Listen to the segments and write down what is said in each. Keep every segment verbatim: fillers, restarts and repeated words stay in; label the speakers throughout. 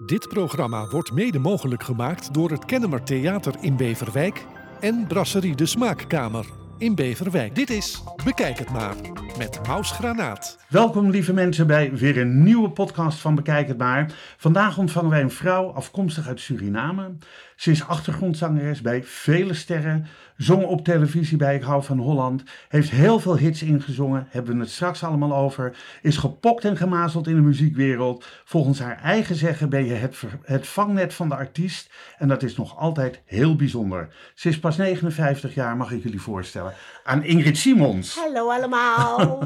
Speaker 1: Dit programma wordt mede mogelijk gemaakt door het Kennemer Theater in Beverwijk en Brasserie de Smaakkamer in Beverwijk. Dit is Bekijk het maar met Maus Granaat.
Speaker 2: Welkom lieve mensen bij weer een nieuwe podcast van Bekijk het maar. Vandaag ontvangen wij een vrouw afkomstig uit Suriname. Ze is achtergrondzangeres bij vele sterren, zong op televisie bij Ik hou van Holland, heeft heel veel hits ingezongen, hebben we het straks allemaal over, is gepokt en gemazeld in de muziekwereld. Volgens haar eigen zeggen ben je het, het vangnet van de artiest en dat is nog altijd heel bijzonder. Ze is pas negenenvijftig jaar, mag ik jullie voorstellen, aan Ingrid Simons.
Speaker 3: Hallo allemaal.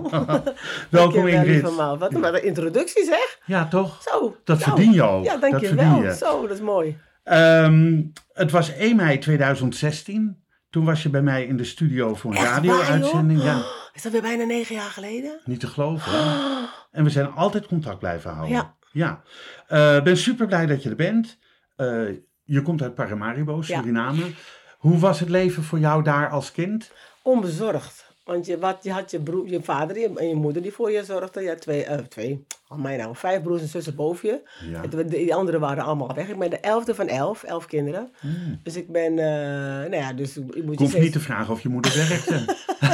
Speaker 2: Welkom Ingrid.
Speaker 3: Wat een, wat een introductie zeg.
Speaker 2: Ja toch?
Speaker 3: Zo.
Speaker 2: Dat
Speaker 3: nou,
Speaker 2: verdien je ook.
Speaker 3: Ja, dank
Speaker 2: dat
Speaker 3: je
Speaker 2: verdien
Speaker 3: wel.
Speaker 2: je.
Speaker 3: Zo, dat is mooi.
Speaker 2: Um, het was één mei tweeduizend zestien. Toen was je bij mij in de studio voor een
Speaker 3: Echt
Speaker 2: radio-uitzending. Ja.
Speaker 3: Is dat weer bijna negen jaar geleden?
Speaker 2: Niet te geloven. Hè? En we zijn altijd contact blijven houden.
Speaker 3: Ja.
Speaker 2: Ja. Ik uh, ben super blij dat je er bent. Uh, je komt uit Paramaribo, Suriname. Ja. Hoe was het leven voor jou daar als kind?
Speaker 3: Onbezorgd. Want je, wat, je had je, broer, je vader en je moeder die voor je zorgden. Je had twee, uh, twee oh mij nou, vijf broers en zussen boven je. Ja. De, die anderen waren allemaal weg. Ik ben de elfde van elf, elf kinderen. Mm. Dus ik ben, uh, nou ja, dus... Ik, moet
Speaker 2: ik
Speaker 3: je
Speaker 2: hoef
Speaker 3: steeds...
Speaker 2: niet te vragen of je moeder werkte.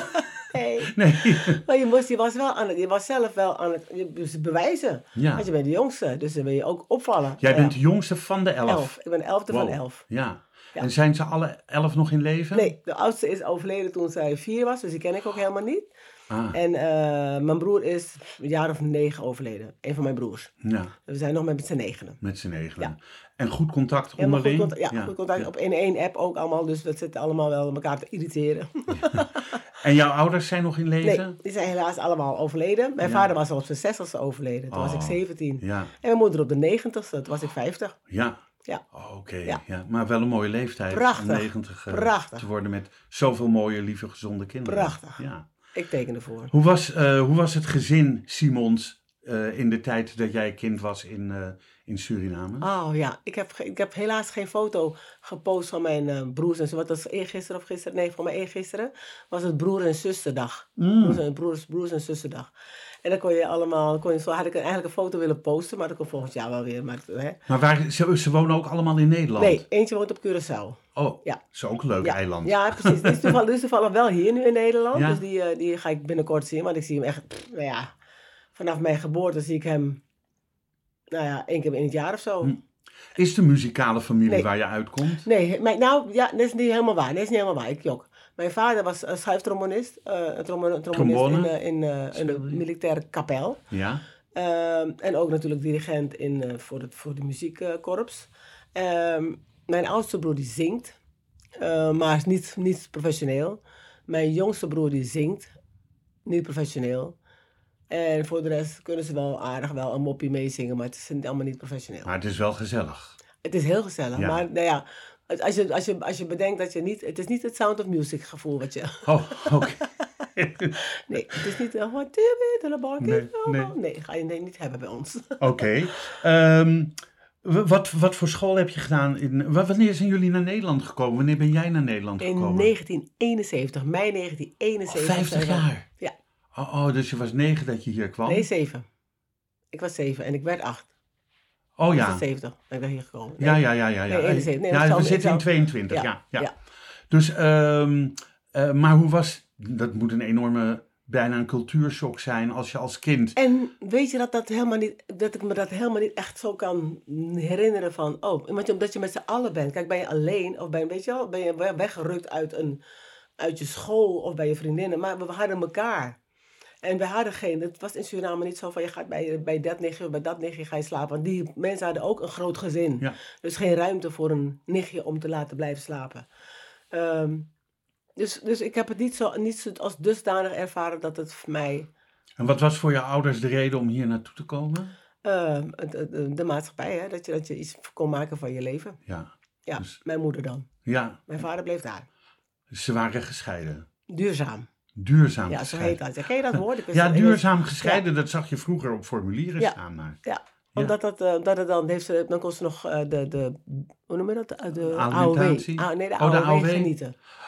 Speaker 3: nee.
Speaker 2: nee.
Speaker 3: Maar je, moest, je, was wel aan het, je was zelf wel aan het je, dus bewijzen. Ja. Want je bent de jongste, dus dan wil je ook opvallen.
Speaker 2: Jij
Speaker 3: ja.
Speaker 2: bent de jongste van de elf?
Speaker 3: elf. Ik ben de elfde wow. van elf.
Speaker 2: Ja. Ja. En zijn ze alle elf nog in leven?
Speaker 3: Nee, de oudste is overleden toen zij vier was, dus die ken ik ook helemaal niet.
Speaker 2: Ah.
Speaker 3: En uh, mijn broer is een jaar of negen overleden, een van mijn broers.
Speaker 2: Ja.
Speaker 3: We zijn nog met z'n negenen.
Speaker 2: Met z'n negenen.
Speaker 3: Ja.
Speaker 2: En goed contact onderling?
Speaker 3: Goed contact, ja, ja, goed contact ja. op in één app ook allemaal, dus dat zit allemaal wel elkaar te irriteren.
Speaker 2: Ja. En jouw ouders zijn nog in leven?
Speaker 3: Nee, die zijn helaas allemaal overleden. Mijn ja. vader was al op zijn zestigste overleden, toen oh. was ik zeventien. Ja. En mijn moeder op de negentigste, toen was ik vijftig.
Speaker 2: Ja.
Speaker 3: Ja.
Speaker 2: Oh, Oké, okay. ja. ja. Maar wel een mooie leeftijd.
Speaker 3: Prachtig.
Speaker 2: negentig uh,
Speaker 3: Prachtig.
Speaker 2: te worden met zoveel mooie, lieve, gezonde kinderen.
Speaker 3: Prachtig.
Speaker 2: Ja.
Speaker 3: Ik teken ervoor.
Speaker 2: Hoe was, uh, hoe was het gezin Simons uh, in de tijd dat jij kind was in, uh, in Suriname?
Speaker 3: Oh ja, ik heb, ik heb helaas geen foto gepost van mijn uh, broers en zo. Wat was eergisteren of gisteren? Nee, voor mij eergisteren was het broer- en zusterdag. Mm. Broers, en, broers, broers en zusterdag. En dan kon je allemaal, kon je, zo had ik eigenlijk een foto willen posten, maar dat komt volgend jaar wel weer. Maar, hè.
Speaker 2: maar waar, ze, ze wonen ook allemaal in Nederland?
Speaker 3: Nee, eentje woont op Curaçao.
Speaker 2: Oh, ja. Dat is ook een leuk
Speaker 3: ja.
Speaker 2: eiland.
Speaker 3: Ja, precies. Die is toevallig, die is toevallig wel hier nu in Nederland,
Speaker 2: ja.
Speaker 3: dus die, uh, die ga ik binnenkort zien. Want ik zie hem echt, pff, nou ja, vanaf mijn geboorte zie ik hem, nou ja, één keer in het jaar of zo. Hm.
Speaker 2: Is de muzikale familie nee. waar je uitkomt?
Speaker 3: Nee, maar, nou, ja, dat is niet helemaal waar. Dat is niet helemaal waar, ik jok. Mijn vader was uh, schuiftrombonist, uh, trombone, trombonist in, uh, in, uh, in de militaire kapel.
Speaker 2: Ja.
Speaker 3: Uh, en ook natuurlijk dirigent in, uh, voor, het, voor de muziekkorps. Uh, mijn oudste broer die zingt, uh, maar is niet, niet professioneel. Mijn jongste broer die zingt, niet professioneel. En voor de rest kunnen ze wel aardig wel een moppie meezingen, maar het is allemaal niet professioneel.
Speaker 2: Maar het is wel gezellig.
Speaker 3: Het is heel gezellig, ja. Maar nou ja... Als je, als, je, als je bedenkt dat je niet... Het is niet het Sound of Music gevoel wat je...
Speaker 2: Oh, oké. Okay.
Speaker 3: nee, het is niet... Uh, nee, nee. nee, ga je nee, niet hebben bij ons.
Speaker 2: Oké. Okay. Um, wat, wat voor school heb je gedaan? In, wanneer zijn jullie naar Nederland gekomen? Wanneer ben jij naar Nederland gekomen?
Speaker 3: In negentien eenenzeventig, mei negentien eenenzeventig.
Speaker 2: Oh, vijftig jaar?
Speaker 3: Ja.
Speaker 2: Oh, oh, dus je was negen dat je hier kwam?
Speaker 3: Nee, zeven. Ik was zeven en ik werd acht.
Speaker 2: Oh ja.
Speaker 3: Ik zeventig ben ik hier gekomen.
Speaker 2: Nee. Ja, ja, ja, ja. ja.
Speaker 3: Nee, eenenzeventig. Nee,
Speaker 2: ja,
Speaker 3: zou,
Speaker 2: we zitten
Speaker 3: zou...
Speaker 2: in tweeëntwintig, ja. ja, ja.
Speaker 3: ja.
Speaker 2: Dus, um, uh, maar hoe was... Dat moet een enorme, bijna een cultuurshock zijn als je als kind...
Speaker 3: En weet je dat, dat, helemaal niet, dat ik me dat helemaal niet echt zo kan herinneren van... Oh, omdat je met z'n allen bent. Kijk, ben je alleen of ben je, weet je wel, ben je weggerukt uit, een, uit je school of bij je vriendinnen. Maar we hadden elkaar. En we hadden geen, het was in Suriname niet zo van je gaat bij, bij dat nichtje of bij dat nichtje ga je slapen. Want die mensen hadden ook een groot gezin. Ja. Dus geen ruimte voor een nichtje om te laten blijven slapen. Um, dus, dus ik heb het niet, zo, niet als dusdanig ervaren dat het voor mij...
Speaker 2: En wat was voor je ouders de reden om hier naartoe te komen?
Speaker 3: Uh, de, de, de maatschappij, hè? Dat, je, dat je iets kon maken van je leven.
Speaker 2: Ja.
Speaker 3: Ja, dus, mijn moeder dan.
Speaker 2: Ja.
Speaker 3: Mijn vader bleef daar.
Speaker 2: Dus ze waren gescheiden?
Speaker 3: Duurzaam.
Speaker 2: Duurzaam
Speaker 3: ja,
Speaker 2: gescheiden.
Speaker 3: Ja, zo heet dat. Ken je dat woord? Ik
Speaker 2: ja, duurzaam gescheiden, ja. Dat zag je vroeger op formulieren
Speaker 3: ja.
Speaker 2: staan. Maar...
Speaker 3: Ja, ja. Omdat dat, uh, dat het dan heeft ze, dan kon ze nog uh, de, de, hoe noem je dat? De
Speaker 2: alimentatie?
Speaker 3: A O W. Ah, nee, de
Speaker 2: oh,
Speaker 3: A O W,
Speaker 2: de A O W
Speaker 3: genieten.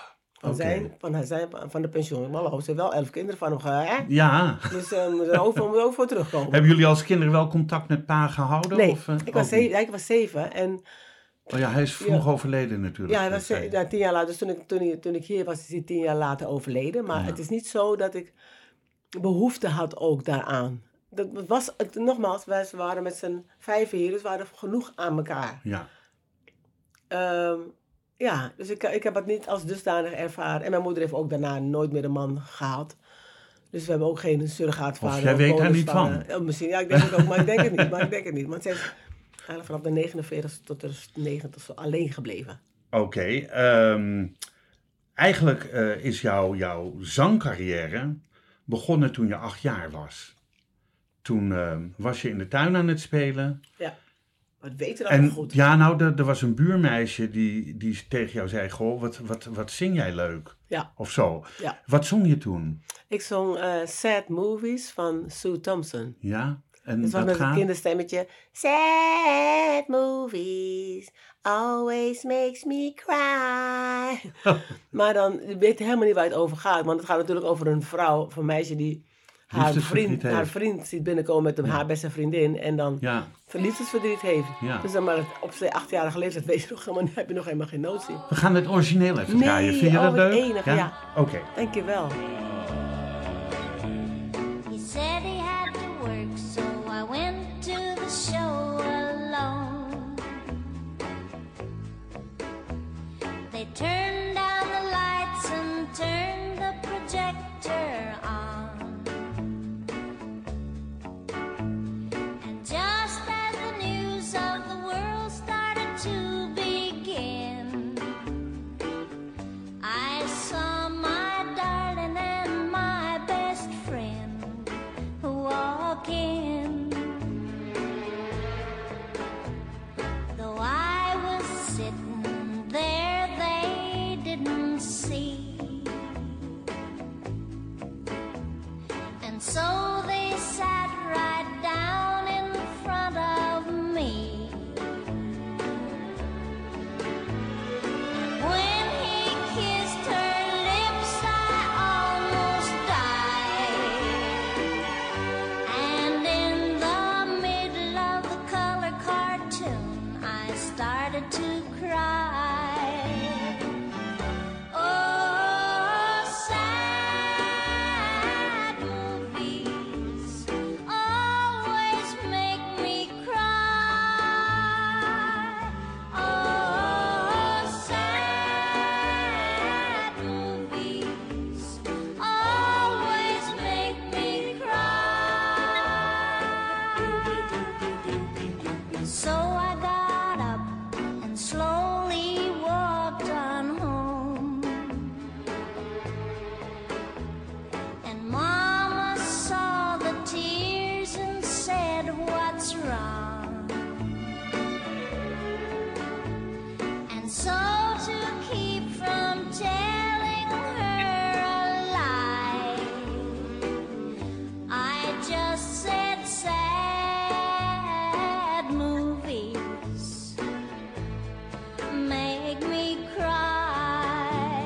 Speaker 3: Van,
Speaker 2: Oké.
Speaker 3: zijn, van, haar zijn, van de pensioen. Maar hallo, ze heeft wel elf kinderen van hem gehad, hè?
Speaker 2: Ja.
Speaker 3: Dus uh, moet er ook voor, moet er ook voor terugkomen.
Speaker 2: Hebben jullie als kinderen wel contact met pa gehouden?
Speaker 3: Nee,
Speaker 2: of, uh,
Speaker 3: ik, was
Speaker 2: ook
Speaker 3: zeven,
Speaker 2: niet?
Speaker 3: ja, ik was zeven en
Speaker 2: Oh ja, hij is vroeg
Speaker 3: Ja.
Speaker 2: overleden natuurlijk.
Speaker 3: ja, hij
Speaker 2: dat
Speaker 3: was
Speaker 2: zei
Speaker 3: ze-
Speaker 2: je.
Speaker 3: ja, tien jaar later. Dus toen ik, toen, ik, toen ik hier was, is hij tien jaar later overleden. Maar
Speaker 2: Ja.
Speaker 3: het is niet zo dat ik behoefte had ook daaraan. Dat was, het, nogmaals, wij waren met z'n vijven hier, dus we hadden genoeg aan elkaar.
Speaker 2: Ja.
Speaker 3: Ehm, ja, dus ik, ik heb het niet als dusdanig ervaren. En mijn moeder heeft ook daarna nooit meer een man gehad. Dus we hebben ook geen surrogaatvader.
Speaker 2: Of jij weet daar niet
Speaker 3: bonusvader.
Speaker 2: van.
Speaker 3: Ja, misschien, ja, ik denk het ook, maar ik denk het niet. Maar ik denk het niet. Want zij is eigenlijk vanaf de negenenveertig tot de negentig zo alleen gebleven.
Speaker 2: Oké. ehm, eigenlijk eh, is jouw, jouw zangcarrière begonnen toen je acht jaar was. Toen ehm, was je in de tuin aan het spelen.
Speaker 3: Ja, wat weten dat
Speaker 2: En
Speaker 3: nog goed.
Speaker 2: ja, nou, er, er was een buurmeisje die, die tegen jou zei: Goh, wat, wat, wat zing jij leuk?
Speaker 3: Ja,
Speaker 2: Of zo.
Speaker 3: ja.
Speaker 2: Wat zong je toen?
Speaker 3: Ik zong eh, Sad Movies van Sue Thompson.
Speaker 2: Ja? En
Speaker 3: Dus was
Speaker 2: dat
Speaker 3: met een
Speaker 2: gaat?
Speaker 3: kinderstemmetje. Sad movies always makes me cry. Maar dan je weet helemaal niet waar het over gaat. Want het gaat natuurlijk over een vrouw of een meisje die haar
Speaker 2: Liefdesverdriet
Speaker 3: vriend,
Speaker 2: heeft.
Speaker 3: haar vriend ziet binnenkomen met hem, haar beste vriendin. En dan
Speaker 2: Ja.
Speaker 3: verliefdesverdriet heeft.
Speaker 2: Ja.
Speaker 3: Dus dan maar op zijn achtjarige leeftijd weet je nog helemaal, niet- heb je nog helemaal geen notie.
Speaker 2: We gaan het origineel even
Speaker 3: Nee,
Speaker 2: draaien. Vind je
Speaker 3: oh,
Speaker 2: dat
Speaker 3: wat
Speaker 2: leuk?
Speaker 3: enig, ja.
Speaker 2: Oké.
Speaker 3: Dankjewel.
Speaker 4: He said he had to work, so I went to the show alone. They turned down the lights and turned the projector on. And just as the news of the world started to begin, I saw my darling and my best friend walk in. Though I was sitting there, they didn't see. And so they sat right down in front of me. When he kissed her lips, I almost died. And in the middle of the color cartoon, I started to cry. Oh, sad movies always make me cry. Oh, sad movies always make me cry. So I got up and slowly walked on home. And Mama saw the tears and said, "What's wrong?" And so to keep from telling her a lie, I just said sad movies make me cry.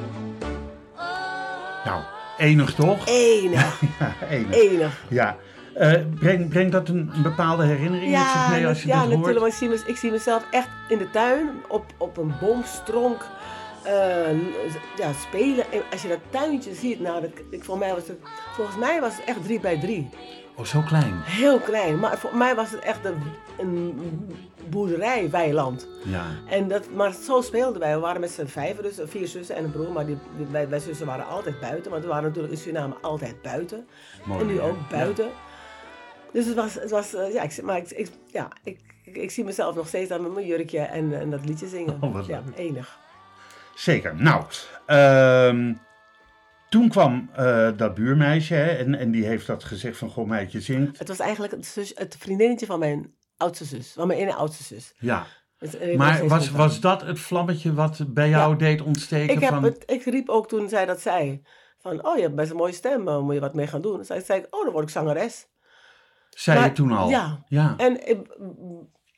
Speaker 4: Oh.
Speaker 2: Nou, enig toch?
Speaker 3: Enig,
Speaker 2: Ja, enig.
Speaker 3: enig.
Speaker 2: Ja. Eh, breng, breng dat een, een bepaalde herinnering met zich mee als je
Speaker 3: ja,
Speaker 2: dat hoort?
Speaker 3: natuurlijk. Maar ik zie, mez- ik zie mezelf echt in de tuin op, op een boomstronk eh, ja, spelen. En als je dat tuintje ziet, nou, dat, ik, volgens, mij was het, volgens mij was het echt drie bij drie.
Speaker 2: Oh, zo klein.
Speaker 3: Heel klein. Maar voor mij was het echt een, een boerderijweiland.
Speaker 2: Ja.
Speaker 3: En dat, maar zo speelden wij. We waren met z'n vijven, dus vier zussen en een broer. Maar die, die, wij, wij zussen waren altijd buiten. Want we waren natuurlijk in Suriname altijd buiten.
Speaker 2: Mooi,
Speaker 3: en nu
Speaker 2: hè?
Speaker 3: ook buiten. Dus het was, het was uh, ja, ik, maar ik, ik, ja ik, ik, ik zie mezelf nog steeds daar met mijn jurkje en, en dat liedje zingen.
Speaker 2: Oh, wat
Speaker 3: ja,
Speaker 2: leuk.
Speaker 3: enig.
Speaker 2: Zeker. Nou, ehm, toen kwam eh, dat buurmeisje hè, en, en die heeft dat gezegd van, goh meidje zingt.
Speaker 3: Het was eigenlijk het, zus, het vriendinnetje van mijn oudste zus. Van mijn ene oudste zus.
Speaker 2: Ja.
Speaker 3: Dus, eh, nog
Speaker 2: Maar
Speaker 3: steeds
Speaker 2: was,
Speaker 3: contact.
Speaker 2: was dat het vlammetje wat bij jou
Speaker 3: Ja.
Speaker 2: deed ontsteken
Speaker 3: Ik, heb
Speaker 2: van...
Speaker 3: het, ik riep ook toen zij dat zei. Van, oh je hebt best een mooie stem, uh, moet je wat mee gaan doen. Zij zei, oh dan word ik zangeres.
Speaker 2: Zei
Speaker 3: Maar-
Speaker 2: je toen al?
Speaker 3: Ja.
Speaker 2: Ja.
Speaker 3: En eh, w-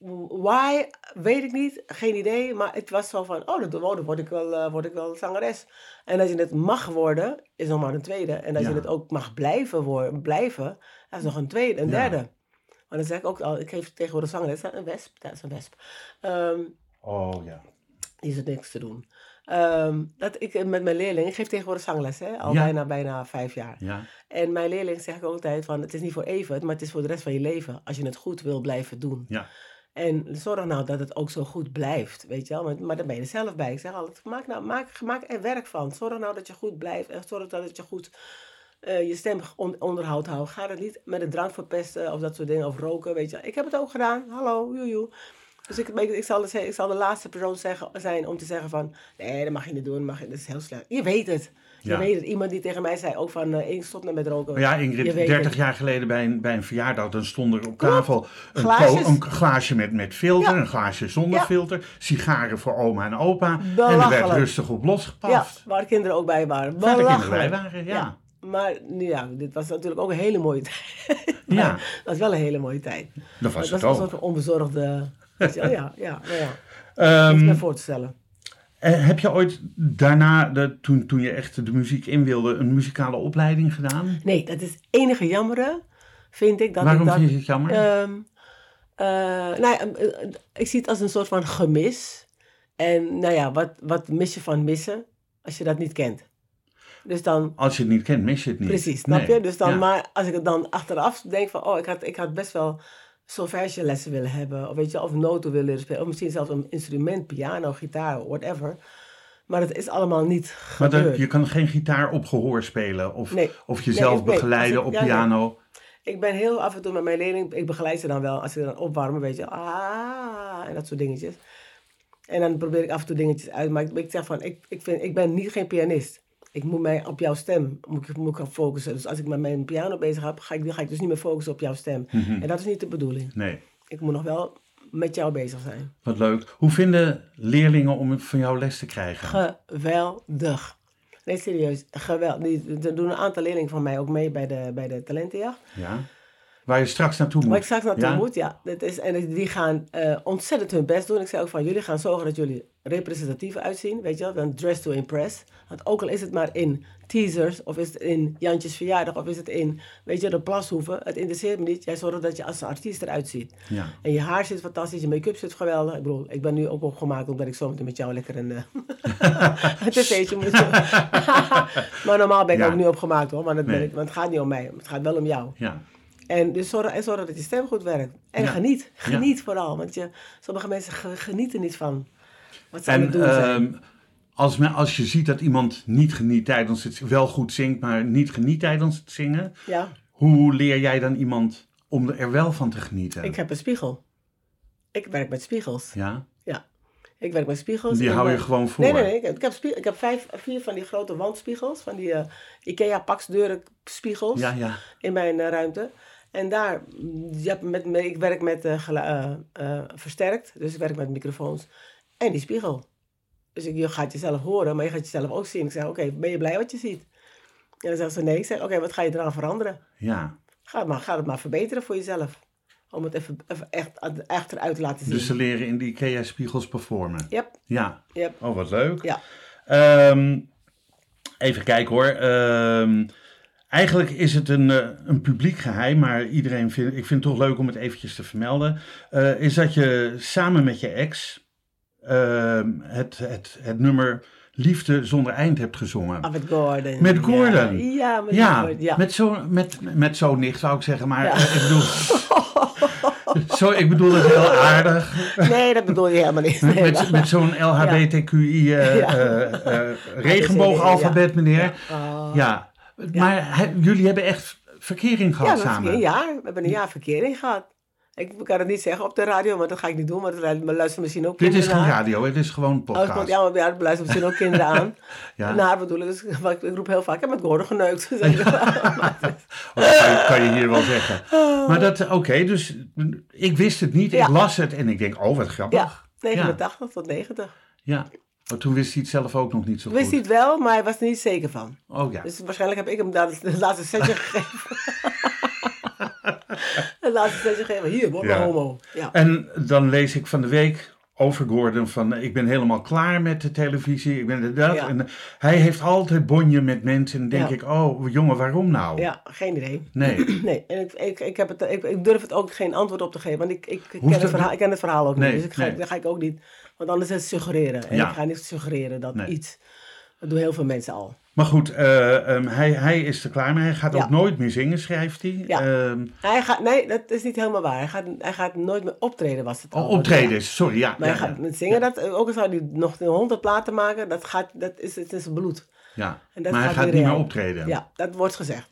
Speaker 3: why, weet ik niet. Geen idee. Maar het was zo van, oh, dat, oh, dan word ik, wel, uh, word ik wel zangeres. En als je het mag worden, is nog maar een tweede. En als
Speaker 2: Ja.
Speaker 3: je het ook mag blijven, worden, blijven, dat is nog een tweede, een
Speaker 2: Ja.
Speaker 3: derde. Maar dan zeg ik ook al, ik geef tegenwoordig zangeres. Een wesp, dat is een wesp. Um,
Speaker 2: Oh ja.
Speaker 3: die is er niks te doen. Um, dat ik met mijn leerling, ik geef tegenwoordig zangles, hè, al
Speaker 2: Ja.
Speaker 3: bijna, bijna vijf jaar.
Speaker 2: Ja.
Speaker 3: En mijn leerling zeg ik ook altijd van, het is niet voor even, maar het is voor de rest van je leven. Als je het goed wil blijven doen.
Speaker 2: Ja.
Speaker 3: En zorg nou dat het ook zo goed blijft, weet je wel. Maar, maar dan ben je er zelf bij. Ik zeg altijd, maak, nou, maak, maak er werk van. Zorg nou dat je goed blijft en zorg dat je goed uh, je stem on, onderhoud houdt. Ga het niet met een drank verpesten of dat soort dingen, of roken, weet je wel. Ik heb het ook gedaan, hallo, joejoe. Dus ik, ik, ik, zal de, ik zal de laatste persoon zeggen, zijn om te zeggen van, nee, dat mag je niet doen, mag je, dat is heel slecht. Je weet het. Je
Speaker 2: Ja.
Speaker 3: weet het. Iemand die tegen mij zei ook van, uh, ik stop nou met roken.
Speaker 2: Maar ja,
Speaker 3: Je
Speaker 2: Ingrid,
Speaker 3: weet
Speaker 2: dertig
Speaker 3: het.
Speaker 2: jaar geleden bij een, bij een verjaardag, dan stond er op tafel een,
Speaker 3: Glaasjes.
Speaker 2: ko- een glaasje met, met filter,
Speaker 3: Ja.
Speaker 2: een glaasje zonder
Speaker 3: Ja.
Speaker 2: filter, sigaren voor oma en opa. En er
Speaker 3: Belachelijk.
Speaker 2: werd rustig op
Speaker 3: Ja,
Speaker 2: losgepaft.
Speaker 3: waar de kinderen ook bij waren.
Speaker 2: Waar de kinderen bij
Speaker 3: Belachelijk.
Speaker 2: waren, ja.
Speaker 3: Maar nu ja, dit was natuurlijk ook een hele mooie tijd.
Speaker 2: Ja.
Speaker 3: Dat was wel een hele mooie tijd.
Speaker 2: Dat was
Speaker 3: het
Speaker 2: het
Speaker 3: was een
Speaker 2: ook.
Speaker 3: soort van onbezorgde... weet je wel, ja, ja, ja, ja.
Speaker 2: Ehm,
Speaker 3: Dat is me voor te stellen.
Speaker 2: eh, heb je ooit daarna, de, toen, toen je echt de muziek in wilde, een muzikale opleiding gedaan?
Speaker 3: Nee, dat is het enige jammere, vind ik. Dat
Speaker 2: Waarom
Speaker 3: ik dat,
Speaker 2: vind je het jammer?
Speaker 3: Ehm, uh, nou ja, uh, ik zie het als een soort van gemis. En nou ja, wat, wat mis je van missen als je dat niet kent? Dus dan...
Speaker 2: Als je het niet kent, mis je het niet.
Speaker 3: Precies, snap
Speaker 2: Nee.
Speaker 3: je? Dus dan,
Speaker 2: Ja.
Speaker 3: maar als ik het dan achteraf denk van, oh, ik had, ik had best wel solfège-lessen willen hebben. Of weet je, of noten willen leren spelen. Of misschien zelfs een instrument, piano, gitaar, whatever. Maar dat is allemaal niet
Speaker 2: Maar
Speaker 3: gebeurd.
Speaker 2: dat- je kan geen gitaar op gehoor spelen of,
Speaker 3: Nee.
Speaker 2: of jezelf
Speaker 3: Nee, nee,
Speaker 2: begeleiden
Speaker 3: als ik-
Speaker 2: op
Speaker 3: ja, nee.
Speaker 2: piano.
Speaker 3: Ik ben heel af en toe met mijn leerling, ik begeleid ze dan wel. Als ze dan opwarmen, weet je, ah, en dat soort dingetjes. En dan probeer ik af en toe dingetjes uit. Maar ik, ik zeg van, ik, ik, vind, ik ben niet geen pianist. Ik moet mij op jouw stem moet ik, moet ik gaan focussen. Dus als ik met mijn piano bezig heb, ga ik, ga ik dus niet meer focussen op jouw stem.
Speaker 2: Mhm.
Speaker 3: En dat is niet de bedoeling.
Speaker 2: Nee,
Speaker 3: Ik moet nog wel met jou bezig zijn.
Speaker 2: wat leuk. Hoe vinden leerlingen om van jou les te krijgen?
Speaker 3: Geweldig. Nee, serieus. Geweldig. Die- Er doen een aantal leerlingen van mij ook mee bij de, bij de talentenjacht.
Speaker 2: Ja. Waar je straks naartoe moet.
Speaker 3: Waar ik straks naartoe
Speaker 2: Ja?
Speaker 3: moet, ja. Dat is, en die gaan eh, ontzettend hun best doen. Ik zei ook van, jullie gaan zorgen dat jullie representatief uitzien. Weet je wel, dan dress to impress. Want ook al is het maar in teasers, of is het in Jantjes verjaardag, of is het in, weet je, de Plashoeven. Het interesseert me niet. Jij zorgt dat je als een artiest eruit ziet.
Speaker 2: Ja.
Speaker 3: En je haar zit fantastisch, je make-up zit geweldig. Ik bedoel, ik ben nu ook opgemaakt omdat ik zometeen met jou lekker een uh, tv'tje moet doen. Maar normaal ben ik
Speaker 2: Ja.
Speaker 3: ook nu opgemaakt hoor, maar, dat ben
Speaker 2: Nee.
Speaker 3: ik, want het gaat niet om mij. Het gaat wel om jou.
Speaker 2: Ja.
Speaker 3: En dus zorg, en zorg dat je stem goed werkt. En
Speaker 2: Ja.
Speaker 3: geniet. Geniet vooral. Want je, sommige mensen ge- genieten niet van wat ze aan
Speaker 2: En
Speaker 3: het doen zijn.
Speaker 2: ehm, als, men, als je ziet dat iemand niet geniet tijdens het wel goed zingt, maar niet geniet tijdens het zingen,
Speaker 3: Ja,
Speaker 2: hoe leer jij dan iemand om er wel van te genieten?
Speaker 3: ik heb een spiegel. Ik werk met spiegels.
Speaker 2: Ja?
Speaker 3: Ja. Ik werk met spiegels.
Speaker 2: Die
Speaker 3: Ik
Speaker 2: hou je
Speaker 3: ben-
Speaker 2: gewoon voor?
Speaker 3: Nee, nee, nee. Ik heb, ik heb, spie- ik heb vijf, vier van die grote wandspiegels. Van die eh, Ikea Paxdeuren spiegels
Speaker 2: Ja, ja.
Speaker 3: in mijn eh, ruimte. En daar, mm, je hebt met, me- ik werk met eh, gelu- eh, eh, versterkt. Dus ik werk met microfoons. En die spiegel. Dus ik, je gaat jezelf horen, maar je gaat jezelf ook zien. Ik zeg, oké, ben je blij wat je ziet? En dan zeggen ze nee. Ik zeg, oké, wat ga je eraan veranderen?
Speaker 2: Ja.
Speaker 3: Ga het maar, ga het maar verbeteren voor jezelf. Om het even, even echt, echt eruit te laten zien.
Speaker 2: Dus ze leren in die IKEA-spiegels performen.
Speaker 3: Yep,
Speaker 2: Ja.
Speaker 3: yep.
Speaker 2: Oh, wat leuk.
Speaker 3: Ja.
Speaker 2: Ehm, even kijken hoor. Ehm, eigenlijk is het een, eh, een publiek geheim, maar iedereen vindt, ik vind het toch leuk om het eventjes te vermelden. Eh, is dat je samen met je ex ehm, het, het, het nummer Liefde zonder eind hebt gezongen.
Speaker 3: Ah, met Gordon.
Speaker 2: Met Gordon.
Speaker 3: Ja, ja met
Speaker 2: Ja,
Speaker 3: Gordon. Ja.
Speaker 2: met zo'n met, met zo nicht zou ik zeggen, maar
Speaker 3: Ja.
Speaker 2: eh, ik bedoel, zo, ik bedoel het heel aardig.
Speaker 3: Nee, dat bedoel je helemaal niet. Nee,
Speaker 2: Met,
Speaker 3: maar-
Speaker 2: met zo'n L H B T Q I eh,
Speaker 3: Ja.
Speaker 2: eh, eh, regenboogalfabet, meneer.
Speaker 3: Oh.
Speaker 2: Ja, maar he- jullie hebben echt verkering
Speaker 3: Ja,
Speaker 2: gehad
Speaker 3: we hebben
Speaker 2: samen.
Speaker 3: een jaar. We hebben een jaar verkering gehad. Ik kan het niet zeggen op de radio, maar dat ga ik niet doen. Maar dat luisteren misschien ook
Speaker 2: Dit is
Speaker 3: kinderen
Speaker 2: geen
Speaker 3: naar.
Speaker 2: radio, het is gewoon een
Speaker 3: Oh,
Speaker 2: podcast.
Speaker 3: ik vond- ja, maar ja, er luisteren misschien ook kinderen aan.
Speaker 2: Ja.
Speaker 3: Naar bedoelen. Dus ik ik roep heel vaak, ik heb met Gordon geneukt.
Speaker 2: Oh, dat kan, je, kan je hier wel zeggen. Maar dat, oké, dus ik wist het niet, ik
Speaker 3: Ja.
Speaker 2: las het en ik denk, oh wat grappig.
Speaker 3: Ja, negenentachtig tot negentig.
Speaker 2: Ja. Maar toen wist hij het zelf ook nog niet zo
Speaker 3: Wist
Speaker 2: goed.
Speaker 3: hij het wel, maar hij was er niet zeker van.
Speaker 2: Oh ja.
Speaker 3: Dus waarschijnlijk heb ik hem daar het laatste setje gegeven. En laat ze steeds geven, hier, word maar
Speaker 2: Ja.
Speaker 3: homo. Ja.
Speaker 2: En dan lees ik van de week over Gordon van, ik ben helemaal klaar met de televisie. Ik ben de dat.
Speaker 3: Ja.
Speaker 2: En hij heeft altijd bonje met mensen. En dan denk
Speaker 3: Ja.
Speaker 2: ik, oh jongen, waarom nou?
Speaker 3: Ja, geen idee.
Speaker 2: Nee.
Speaker 3: Nee, en ik, ik, ik, heb het, ik, ik durf het ook geen antwoord op te geven, want ik, ik, ik,
Speaker 2: Hoeft
Speaker 3: ken, het
Speaker 2: het
Speaker 3: verhaal,
Speaker 2: niet?
Speaker 3: ik ken het verhaal ook
Speaker 2: Nee,
Speaker 3: niet. Dus ik ga,
Speaker 2: nee.
Speaker 3: dat ga ik ook niet, want anders is het suggereren. En
Speaker 2: Ja.
Speaker 3: ik ga niet suggereren dat
Speaker 2: Nee.
Speaker 3: iets, dat doen heel veel mensen al.
Speaker 2: Maar goed, eh, ehm, hij, hij is er klaar mee. Hij gaat
Speaker 3: Ja.
Speaker 2: ook nooit meer zingen, schrijft hij.
Speaker 3: Ja.
Speaker 2: Ehm,
Speaker 3: Hij gaat, nee, dat is niet helemaal waar. Hij gaat, hij gaat nooit meer optreden, was het al.
Speaker 2: oh, optredens, sorry. Ja,
Speaker 3: Maar
Speaker 2: ja,
Speaker 3: hij gaat
Speaker 2: ja.
Speaker 3: met zingen, dat, ook al zou hij nog honderd platen maken, dat, gaat, dat is, het is bloed.
Speaker 2: Ja.
Speaker 3: En dat
Speaker 2: Maar hij
Speaker 3: gaat
Speaker 2: gaat
Speaker 3: weer
Speaker 2: niet meer
Speaker 3: reëel.
Speaker 2: optreden.
Speaker 3: Ja, dat wordt gezegd.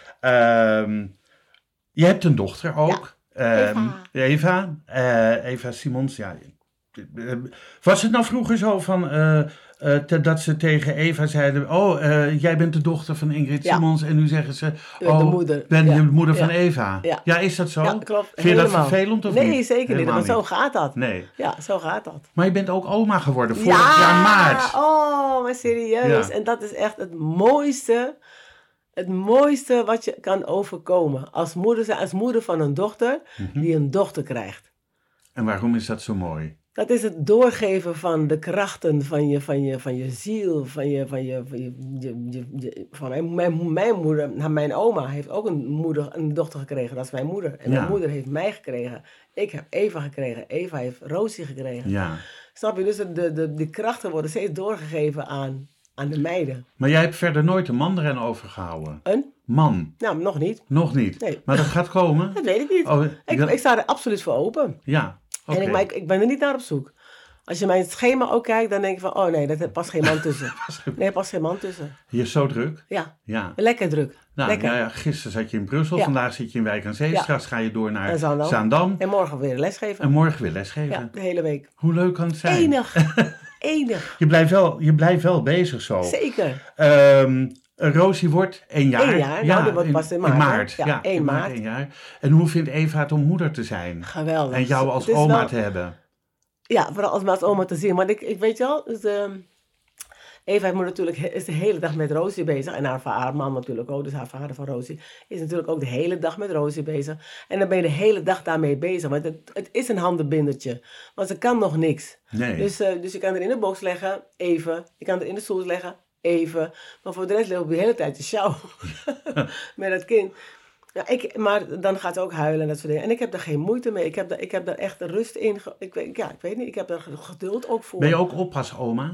Speaker 2: Ehm, je hebt een dochter ook.
Speaker 3: Ja.
Speaker 2: Ehm, Eva. eh, Eva Simons. Ja. Eh, Was het nou vroeger zo van, eh, eh, te- dat ze tegen Eva zeiden, oh, eh, jij bent de dochter van Ingrid
Speaker 3: Ja.
Speaker 2: Simons. En nu zeggen ze,
Speaker 3: de
Speaker 2: oh,
Speaker 3: moeder.
Speaker 2: ben
Speaker 3: Ja.
Speaker 2: je de moeder van
Speaker 3: Ja.
Speaker 2: Eva.
Speaker 3: Ja.
Speaker 2: is dat zo?
Speaker 3: Ja, klopt.
Speaker 2: Vind je dat
Speaker 3: Helemaal.
Speaker 2: vervelend of
Speaker 3: nee,
Speaker 2: niet?
Speaker 3: zeker niet.
Speaker 2: Helemaal
Speaker 3: Want zo gaat dat.
Speaker 2: Nee.
Speaker 3: Ja, zo gaat dat.
Speaker 2: Maar je bent ook oma geworden vorig jaar maart.
Speaker 3: Oh, maar serieus.
Speaker 2: Ja.
Speaker 3: En dat is echt het mooiste, het mooiste wat je kan overkomen. Als moeder, zijn- als moeder van een dochter
Speaker 2: Mhm.
Speaker 3: die een dochter krijgt.
Speaker 2: En waarom is dat zo mooi?
Speaker 3: Dat is het doorgeven van de krachten van je, van je, van je ziel, van, je, van, je, van, je, je, je- je- van mijn, mijn, mijn moeder. Nou, mijn oma heeft ook een, moeder, een dochter gekregen, dat is mijn moeder. En
Speaker 2: Ja.
Speaker 3: mijn moeder heeft mij gekregen. Ik heb Eva gekregen. Eva heeft Rosie gekregen.
Speaker 2: Ja.
Speaker 3: Snap je? Dus de, de, de, die krachten worden steeds doorgegeven aan, aan de meiden.
Speaker 2: Maar jij hebt verder nooit een man erin overgehouden.
Speaker 3: Een?
Speaker 2: Man,
Speaker 3: Nou, nog niet.
Speaker 2: nog niet.
Speaker 3: Nee.
Speaker 2: Maar dat gaat komen?
Speaker 3: Dat weet ik niet.
Speaker 2: Oh,
Speaker 3: ik,
Speaker 2: dat-
Speaker 3: ik sta er absoluut voor open.
Speaker 2: Ja, oké.
Speaker 3: En ik, maar ik, ik ben er niet naar op zoek. Als je mijn schema ook kijkt, dan denk je van, oh nee, daar past geen man tussen. Nee, er past geen man tussen.
Speaker 2: Je is zo druk?
Speaker 3: Ja,
Speaker 2: Ja.
Speaker 3: lekker druk.
Speaker 2: Nou,
Speaker 3: lekker.
Speaker 2: ja, ja, gisteren zat je in Brussel,
Speaker 3: Ja.
Speaker 2: vandaag zit je in Wijk aan Zee.
Speaker 3: Ja.
Speaker 2: Straks ga je door naar
Speaker 3: En Zaandam.
Speaker 2: Zaandam.
Speaker 3: En morgen weer lesgeven.
Speaker 2: En morgen weer lesgeven.
Speaker 3: Ja, de hele week.
Speaker 2: Hoe leuk kan het zijn?
Speaker 3: Enig. Enig.
Speaker 2: Je blijft wel, je blijft wel bezig zo.
Speaker 3: Zeker.
Speaker 2: Ehm Rosie wordt één jaar.
Speaker 3: Eén jaar, nou, dat wordt pas in maart, hè? Ja, één
Speaker 2: in
Speaker 3: maart.
Speaker 2: één jaar. En hoe vindt Eva het om moeder te zijn?
Speaker 3: Geweldig.
Speaker 2: En jou als
Speaker 3: Het is
Speaker 2: oma
Speaker 3: wel-
Speaker 2: te hebben?
Speaker 3: Ja, vooral als, als oma te zien. Maar ik, ik weet je wel, dus, ehm, Eva heeft me natuurlijk, is de hele dag met Rosie bezig. En haar, va- haar man natuurlijk ook, dus haar vader van Rosie, is natuurlijk ook de hele dag met Rosie bezig. En dan ben je de hele dag daarmee bezig. Want het, het is een handenbindertje. Want ze kan nog niks.
Speaker 2: Nee.
Speaker 3: Dus, eh, dus je kan er in de box leggen, even. Je kan er in de stoel leggen, even. Maar voor de rest loop je de hele tijd te sjouwen met dat kind. Ja, ik, maar dan gaat ze ook huilen en dat soort dingen. En ik heb daar geen moeite mee. Ik heb daar, ik heb daar echt rust in. ge- Ik weet, ja, ik weet niet. Ik heb daar geduld ook voor.
Speaker 2: Ben je ook oppasoma?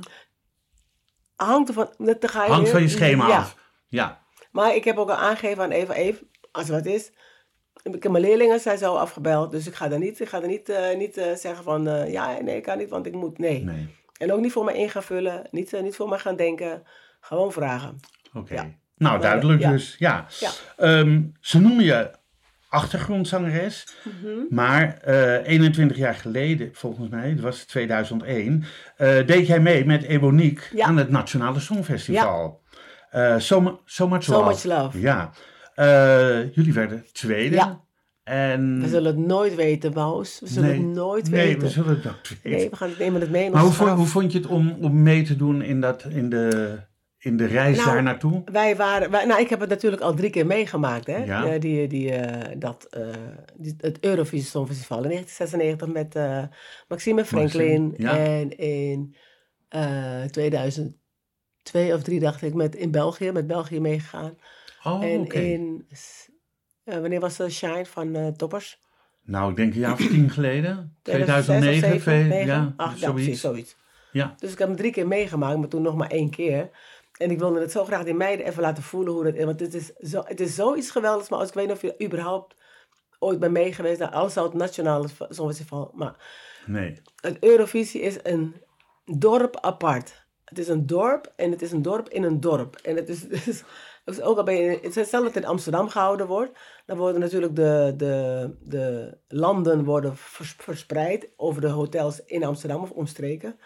Speaker 3: Hangt ervan. Dat dan ga je
Speaker 2: Hangt
Speaker 3: weer-
Speaker 2: van je schema
Speaker 3: ja.
Speaker 2: af. Ja.
Speaker 3: Maar ik heb ook al aangegeven aan Eva, Eva, als er wat is. Ik heb mijn leerlingen zijn zo afgebeld. Dus ik ga er niet, ik ga er niet, eh, niet eh, zeggen van, eh, ja, nee, ik kan niet, want ik moet. Nee.
Speaker 2: Nee.
Speaker 3: En ook niet voor mij in gaan vullen. Niet, eh, niet voor mij gaan denken. Gewoon vragen.
Speaker 2: Oké.
Speaker 3: Ja.
Speaker 2: Nou, duidelijk
Speaker 3: ja.
Speaker 2: dus. Ja.
Speaker 3: Ja.
Speaker 2: Ehm, ze noemen je achtergrondzangeres.
Speaker 3: Mhm.
Speaker 2: Maar eh, eenentwintig jaar geleden, volgens mij, dat was tweeduizend één, eh, deed jij mee met Ebonique
Speaker 3: Ja.
Speaker 2: aan het Nationale Songfestival. Ja. so, mu- so Much
Speaker 3: So
Speaker 2: Love.
Speaker 3: Much Love.
Speaker 2: Ja. Eh, jullie werden tweede.
Speaker 3: Ja.
Speaker 2: En...
Speaker 3: We zullen het nooit weten, Maus. We zullen
Speaker 2: nee,
Speaker 3: het nooit
Speaker 2: nee,
Speaker 3: weten.
Speaker 2: we zullen het nooit weten.
Speaker 3: Nee, we gaan het nemen het mee in
Speaker 2: Maar hoe,
Speaker 3: ons
Speaker 2: vo-
Speaker 3: graf.
Speaker 2: hoe vond je het om, om mee te doen in, dat, in, de, in de reis
Speaker 3: Nou,
Speaker 2: daar naartoe?
Speaker 3: Wij waren, wij, nou, ik heb het natuurlijk al drie keer meegemaakt, hè?
Speaker 2: Ja.
Speaker 3: Eh, die, die, eh, dat, eh, die, het Eurovisie Songfestival in negentien zesennegentig met eh, Maxime Franklin.
Speaker 2: Maxime, ja.
Speaker 3: En in eh, tweeduizend twee of drie dacht ik met, in België, met België meegegaan.
Speaker 2: Oh,
Speaker 3: en
Speaker 2: oké.
Speaker 3: in, eh, wanneer was de Shine van eh, Toppers?
Speaker 2: Nou, ik denk een jaar of tien geleden.
Speaker 3: tweeduizend
Speaker 2: tweeduizend negen,
Speaker 3: zes of zeven,
Speaker 2: twee-
Speaker 3: negen?
Speaker 2: ja,
Speaker 3: Ach, ja,
Speaker 2: zoiets.
Speaker 3: precies, zoiets.
Speaker 2: Ja.
Speaker 3: Dus ik heb hem drie keer meegemaakt, maar toen nog maar één keer. En ik wilde het zo graag die meiden even laten voelen hoe dat is. Want het is, zo, het is zoiets geweldigs. Maar als ik weet niet of je überhaupt ooit bent meegeweest. Nou, alles zou het nationale Songfestival. Maar
Speaker 2: Nee.
Speaker 3: het Eurovisie is een dorp apart. Het is een dorp en het is een dorp in een dorp. En het is, het is, dus ook al ben je, het is stel dat het in Amsterdam gehouden wordt, dan worden natuurlijk de, de, de landen worden vers- verspreid over de hotels in Amsterdam of omstreken.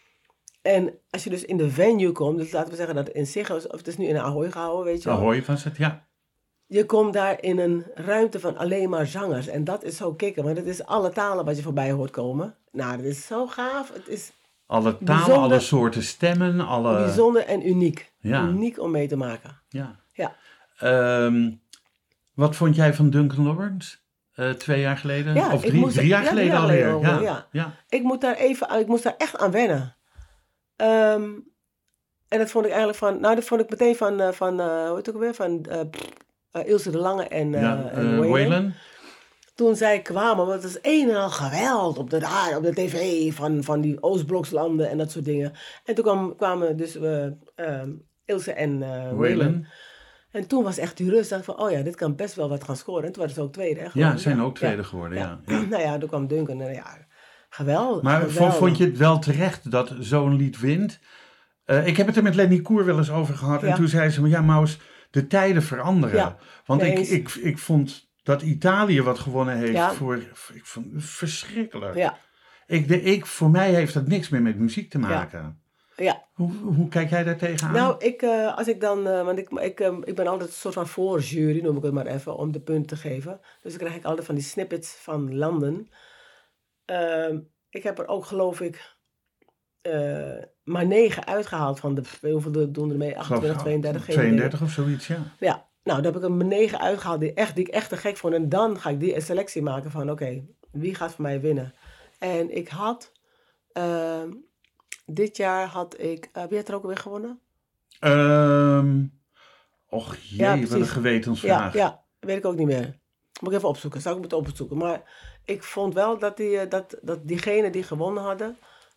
Speaker 3: En als je dus in de venue komt, dus laten we zeggen dat het in Ziggo is, of het is nu in Ahoy gehouden, weet je wel.
Speaker 2: Ahoy was het, ja.
Speaker 3: Je komt daar in een ruimte van alleen maar zangers. En dat is zo kicken, want het is alle talen wat je voorbij hoort komen. Nou, dat is zo gaaf. Het is
Speaker 2: Alle talen,
Speaker 3: Bijzonder-
Speaker 2: alle soorten stemmen, alle...
Speaker 3: bijzonder en uniek.
Speaker 2: Ja.
Speaker 3: Uniek om mee te maken.
Speaker 2: Ja.
Speaker 3: Ja.
Speaker 2: Ehm, wat vond jij van Duncan Lawrence? Uh, twee jaar geleden?
Speaker 3: Ja,
Speaker 2: of
Speaker 3: ik
Speaker 2: drie,
Speaker 3: moest-
Speaker 2: drie jaar
Speaker 3: ja,
Speaker 2: geleden
Speaker 3: drie jaar
Speaker 2: alweer.
Speaker 3: geleden
Speaker 2: ja.
Speaker 3: alweer,
Speaker 2: Ja.
Speaker 3: Ik moet daar even, aan- ik moest daar echt aan wennen. Ehm, en dat vond ik eigenlijk van, nou dat vond ik meteen van, uh, van uh, hoe heet het ook weer, van uh, uh, Ilse de Lange en, uh,
Speaker 2: Ja,
Speaker 3: en
Speaker 2: uh,
Speaker 3: Waylon.
Speaker 2: Waylon.
Speaker 3: Toen zij kwamen, want het is een en al geweld op de, ra- op de tv van, van die Oostblokslanden en dat soort dingen. En toen kwam, kwamen dus uh, um, Ilse en uh, Waylon.
Speaker 2: Waylon.
Speaker 3: En toen was echt die rust, dacht ik van, oh ja, dit kan best wel wat gaan scoren. En toen waren ze ook tweede. Hè,
Speaker 2: Ja,
Speaker 3: gewoon.
Speaker 2: ze zijn
Speaker 3: Ja,
Speaker 2: ook tweede
Speaker 3: ja,
Speaker 2: geworden,
Speaker 3: ja.
Speaker 2: ja. ja.
Speaker 3: Nou ja, toen kwam Duncan en ja, geweldig.
Speaker 2: Maar
Speaker 3: geweldig.
Speaker 2: vond je het wel terecht dat zo'n lied wint? Uh, ik heb het er met Lenny Koer wel eens over gehad.
Speaker 3: Ja.
Speaker 2: En toen zei ze, ja Maus, de tijden veranderen.
Speaker 3: Ja,
Speaker 2: Want
Speaker 3: nee
Speaker 2: ik,
Speaker 3: eens.
Speaker 2: ik, ik vond dat Italië wat gewonnen heeft
Speaker 3: Ja.
Speaker 2: voor, ik vond het verschrikkelijk.
Speaker 3: Ja,
Speaker 2: Ik, de, ik, voor mij heeft dat niks meer met muziek te maken.
Speaker 3: ja.
Speaker 2: Hoe, hoe kijk jij daar tegenaan?
Speaker 3: Nou, ik, uh, als ik dan, uh, want ik, ik, um, ik ben altijd een soort van voorjury, noem ik het maar even, om de punten te geven. Dus dan krijg ik altijd van die snippets van landen. Uh, ik heb er ook, geloof ik, uh, maar negen uitgehaald van de, hoeveel de, doen er mee? achtentwintig, tweeëndertig, geen idee.
Speaker 2: tweeëndertig of zoiets, ja.
Speaker 3: Ja, nou, dan heb ik er negen uitgehaald die, echt, die ik echt te gek vond. En dan ga ik die een selectie maken van, oké, okay, wie gaat voor mij winnen? En ik had, uh, dit jaar had ik, uh, wie had er ook weer gewonnen?
Speaker 2: Um, och jee,
Speaker 3: Ja,
Speaker 2: wat een
Speaker 3: precies.
Speaker 2: gewetensvraag.
Speaker 3: Ja, ja, weet ik ook niet meer. Moet ik even opzoeken, zou ik moeten opzoeken. Maar ik vond wel dat, die, uh, dat, dat diegene die gewonnen hadden,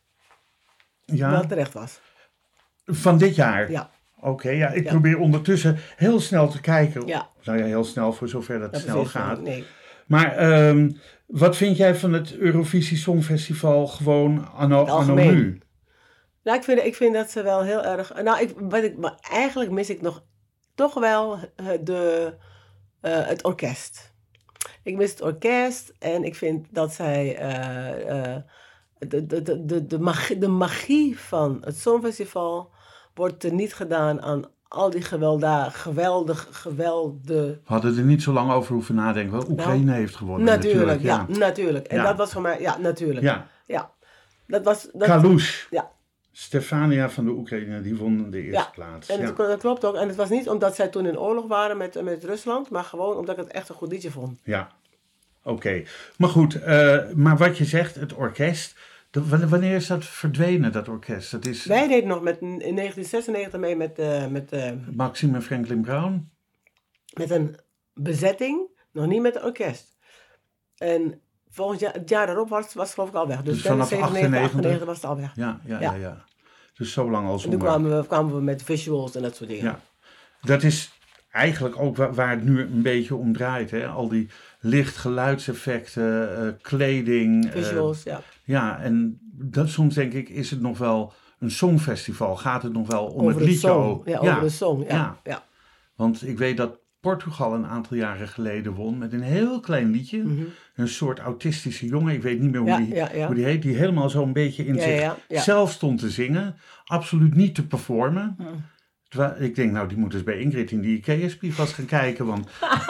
Speaker 2: Ja.
Speaker 3: wel terecht was.
Speaker 2: Van dit jaar?
Speaker 3: Ja.
Speaker 2: Oké, okay, ja, ik
Speaker 3: Ja.
Speaker 2: probeer ondertussen heel snel te kijken.
Speaker 3: Ja.
Speaker 2: Nou ja, heel snel voor zover dat
Speaker 3: Ja,
Speaker 2: snel
Speaker 3: precies.
Speaker 2: gaat.
Speaker 3: Nee.
Speaker 2: Maar um, wat vind jij van het Eurovisie Songfestival gewoon anno, anno
Speaker 3: algemeen.
Speaker 2: nu?
Speaker 3: Nou, ik vind, ik vind dat ze wel heel erg... Nou, ik, wat ik, maar eigenlijk mis ik nog toch wel uh, de, uh, het orkest. Ik mis het orkest en ik vind dat zij... Uh, uh, de, de, de, de, de, magie, de magie van het Songfestival wordt er niet gedaan aan al die gewelda, geweldig, geweldige...
Speaker 2: We hadden er niet zo lang over hoeven nadenken. Wel, Oekraïne
Speaker 3: Nou,
Speaker 2: heeft gewonnen.
Speaker 3: Natuurlijk,
Speaker 2: Natuurlijk,
Speaker 3: ja. ja, natuurlijk. En
Speaker 2: Ja.
Speaker 3: dat was voor mij... Ja, natuurlijk.
Speaker 2: Ja.
Speaker 3: Ja. Dat was... Dat,
Speaker 2: Kalush.
Speaker 3: Ja.
Speaker 2: Stefania van de Oekraïne, die won de eerste
Speaker 3: Ja,
Speaker 2: plaats.
Speaker 3: En
Speaker 2: Ja.
Speaker 3: dat, dat klopt ook. En het was niet omdat zij toen in oorlog waren met, met Rusland, maar gewoon omdat ik het echt een goed liedje vond.
Speaker 2: Ja, oké. Okay. Maar goed, uh, maar wat je zegt, het orkest, de, wanneer is dat verdwenen, dat orkest? Dat is
Speaker 3: Wij deden nog met, in negentien zesennegentig mee met, uh, met, uh,
Speaker 2: Maxime en Franklin Brown.
Speaker 3: met een bezetting, nog niet met een orkest. En volgend jaar, het jaar daarop was, was het geloof ik al weg. Dus,
Speaker 2: Dus vanaf
Speaker 3: zevenennegentig,
Speaker 2: achtennegentig
Speaker 3: achtennegentig was het al weg.
Speaker 2: Ja, ja, ja.
Speaker 3: Ja.
Speaker 2: ja. Dus zo lang al
Speaker 3: En
Speaker 2: zonder.
Speaker 3: toen kwamen we, kwamen we met visuals en dat soort dingen.
Speaker 2: Ja. Dat is eigenlijk ook waar, waar het nu een beetje om draait. Hè? Al die licht, geluidseffecten, uh, kleding.
Speaker 3: Visuals,
Speaker 2: uh,
Speaker 3: ja.
Speaker 2: Ja, en dat, soms denk ik is het nog wel een songfestival. Gaat het nog wel om
Speaker 3: Over
Speaker 2: het
Speaker 3: de
Speaker 2: liedje
Speaker 3: song.
Speaker 2: ook.
Speaker 3: Ja, over de song. Ja.
Speaker 2: Ja.
Speaker 3: Ja.
Speaker 2: Want ik weet dat Portugal een aantal jaren geleden won met een heel klein liedje.
Speaker 3: Mm-hmm.
Speaker 2: Een soort autistische jongen, ik weet niet meer hoe,
Speaker 3: Ja,
Speaker 2: die,
Speaker 3: ja, ja.
Speaker 2: hoe die heet. Die helemaal zo'n beetje in
Speaker 3: Ja, ja, ja.
Speaker 2: zichzelf stond te zingen. Absoluut niet te performen.
Speaker 3: Mm.
Speaker 2: Terwijl, ik denk, nou die moeten eens bij Ingrid in die IKEA-spiegels gaan kijken. Want...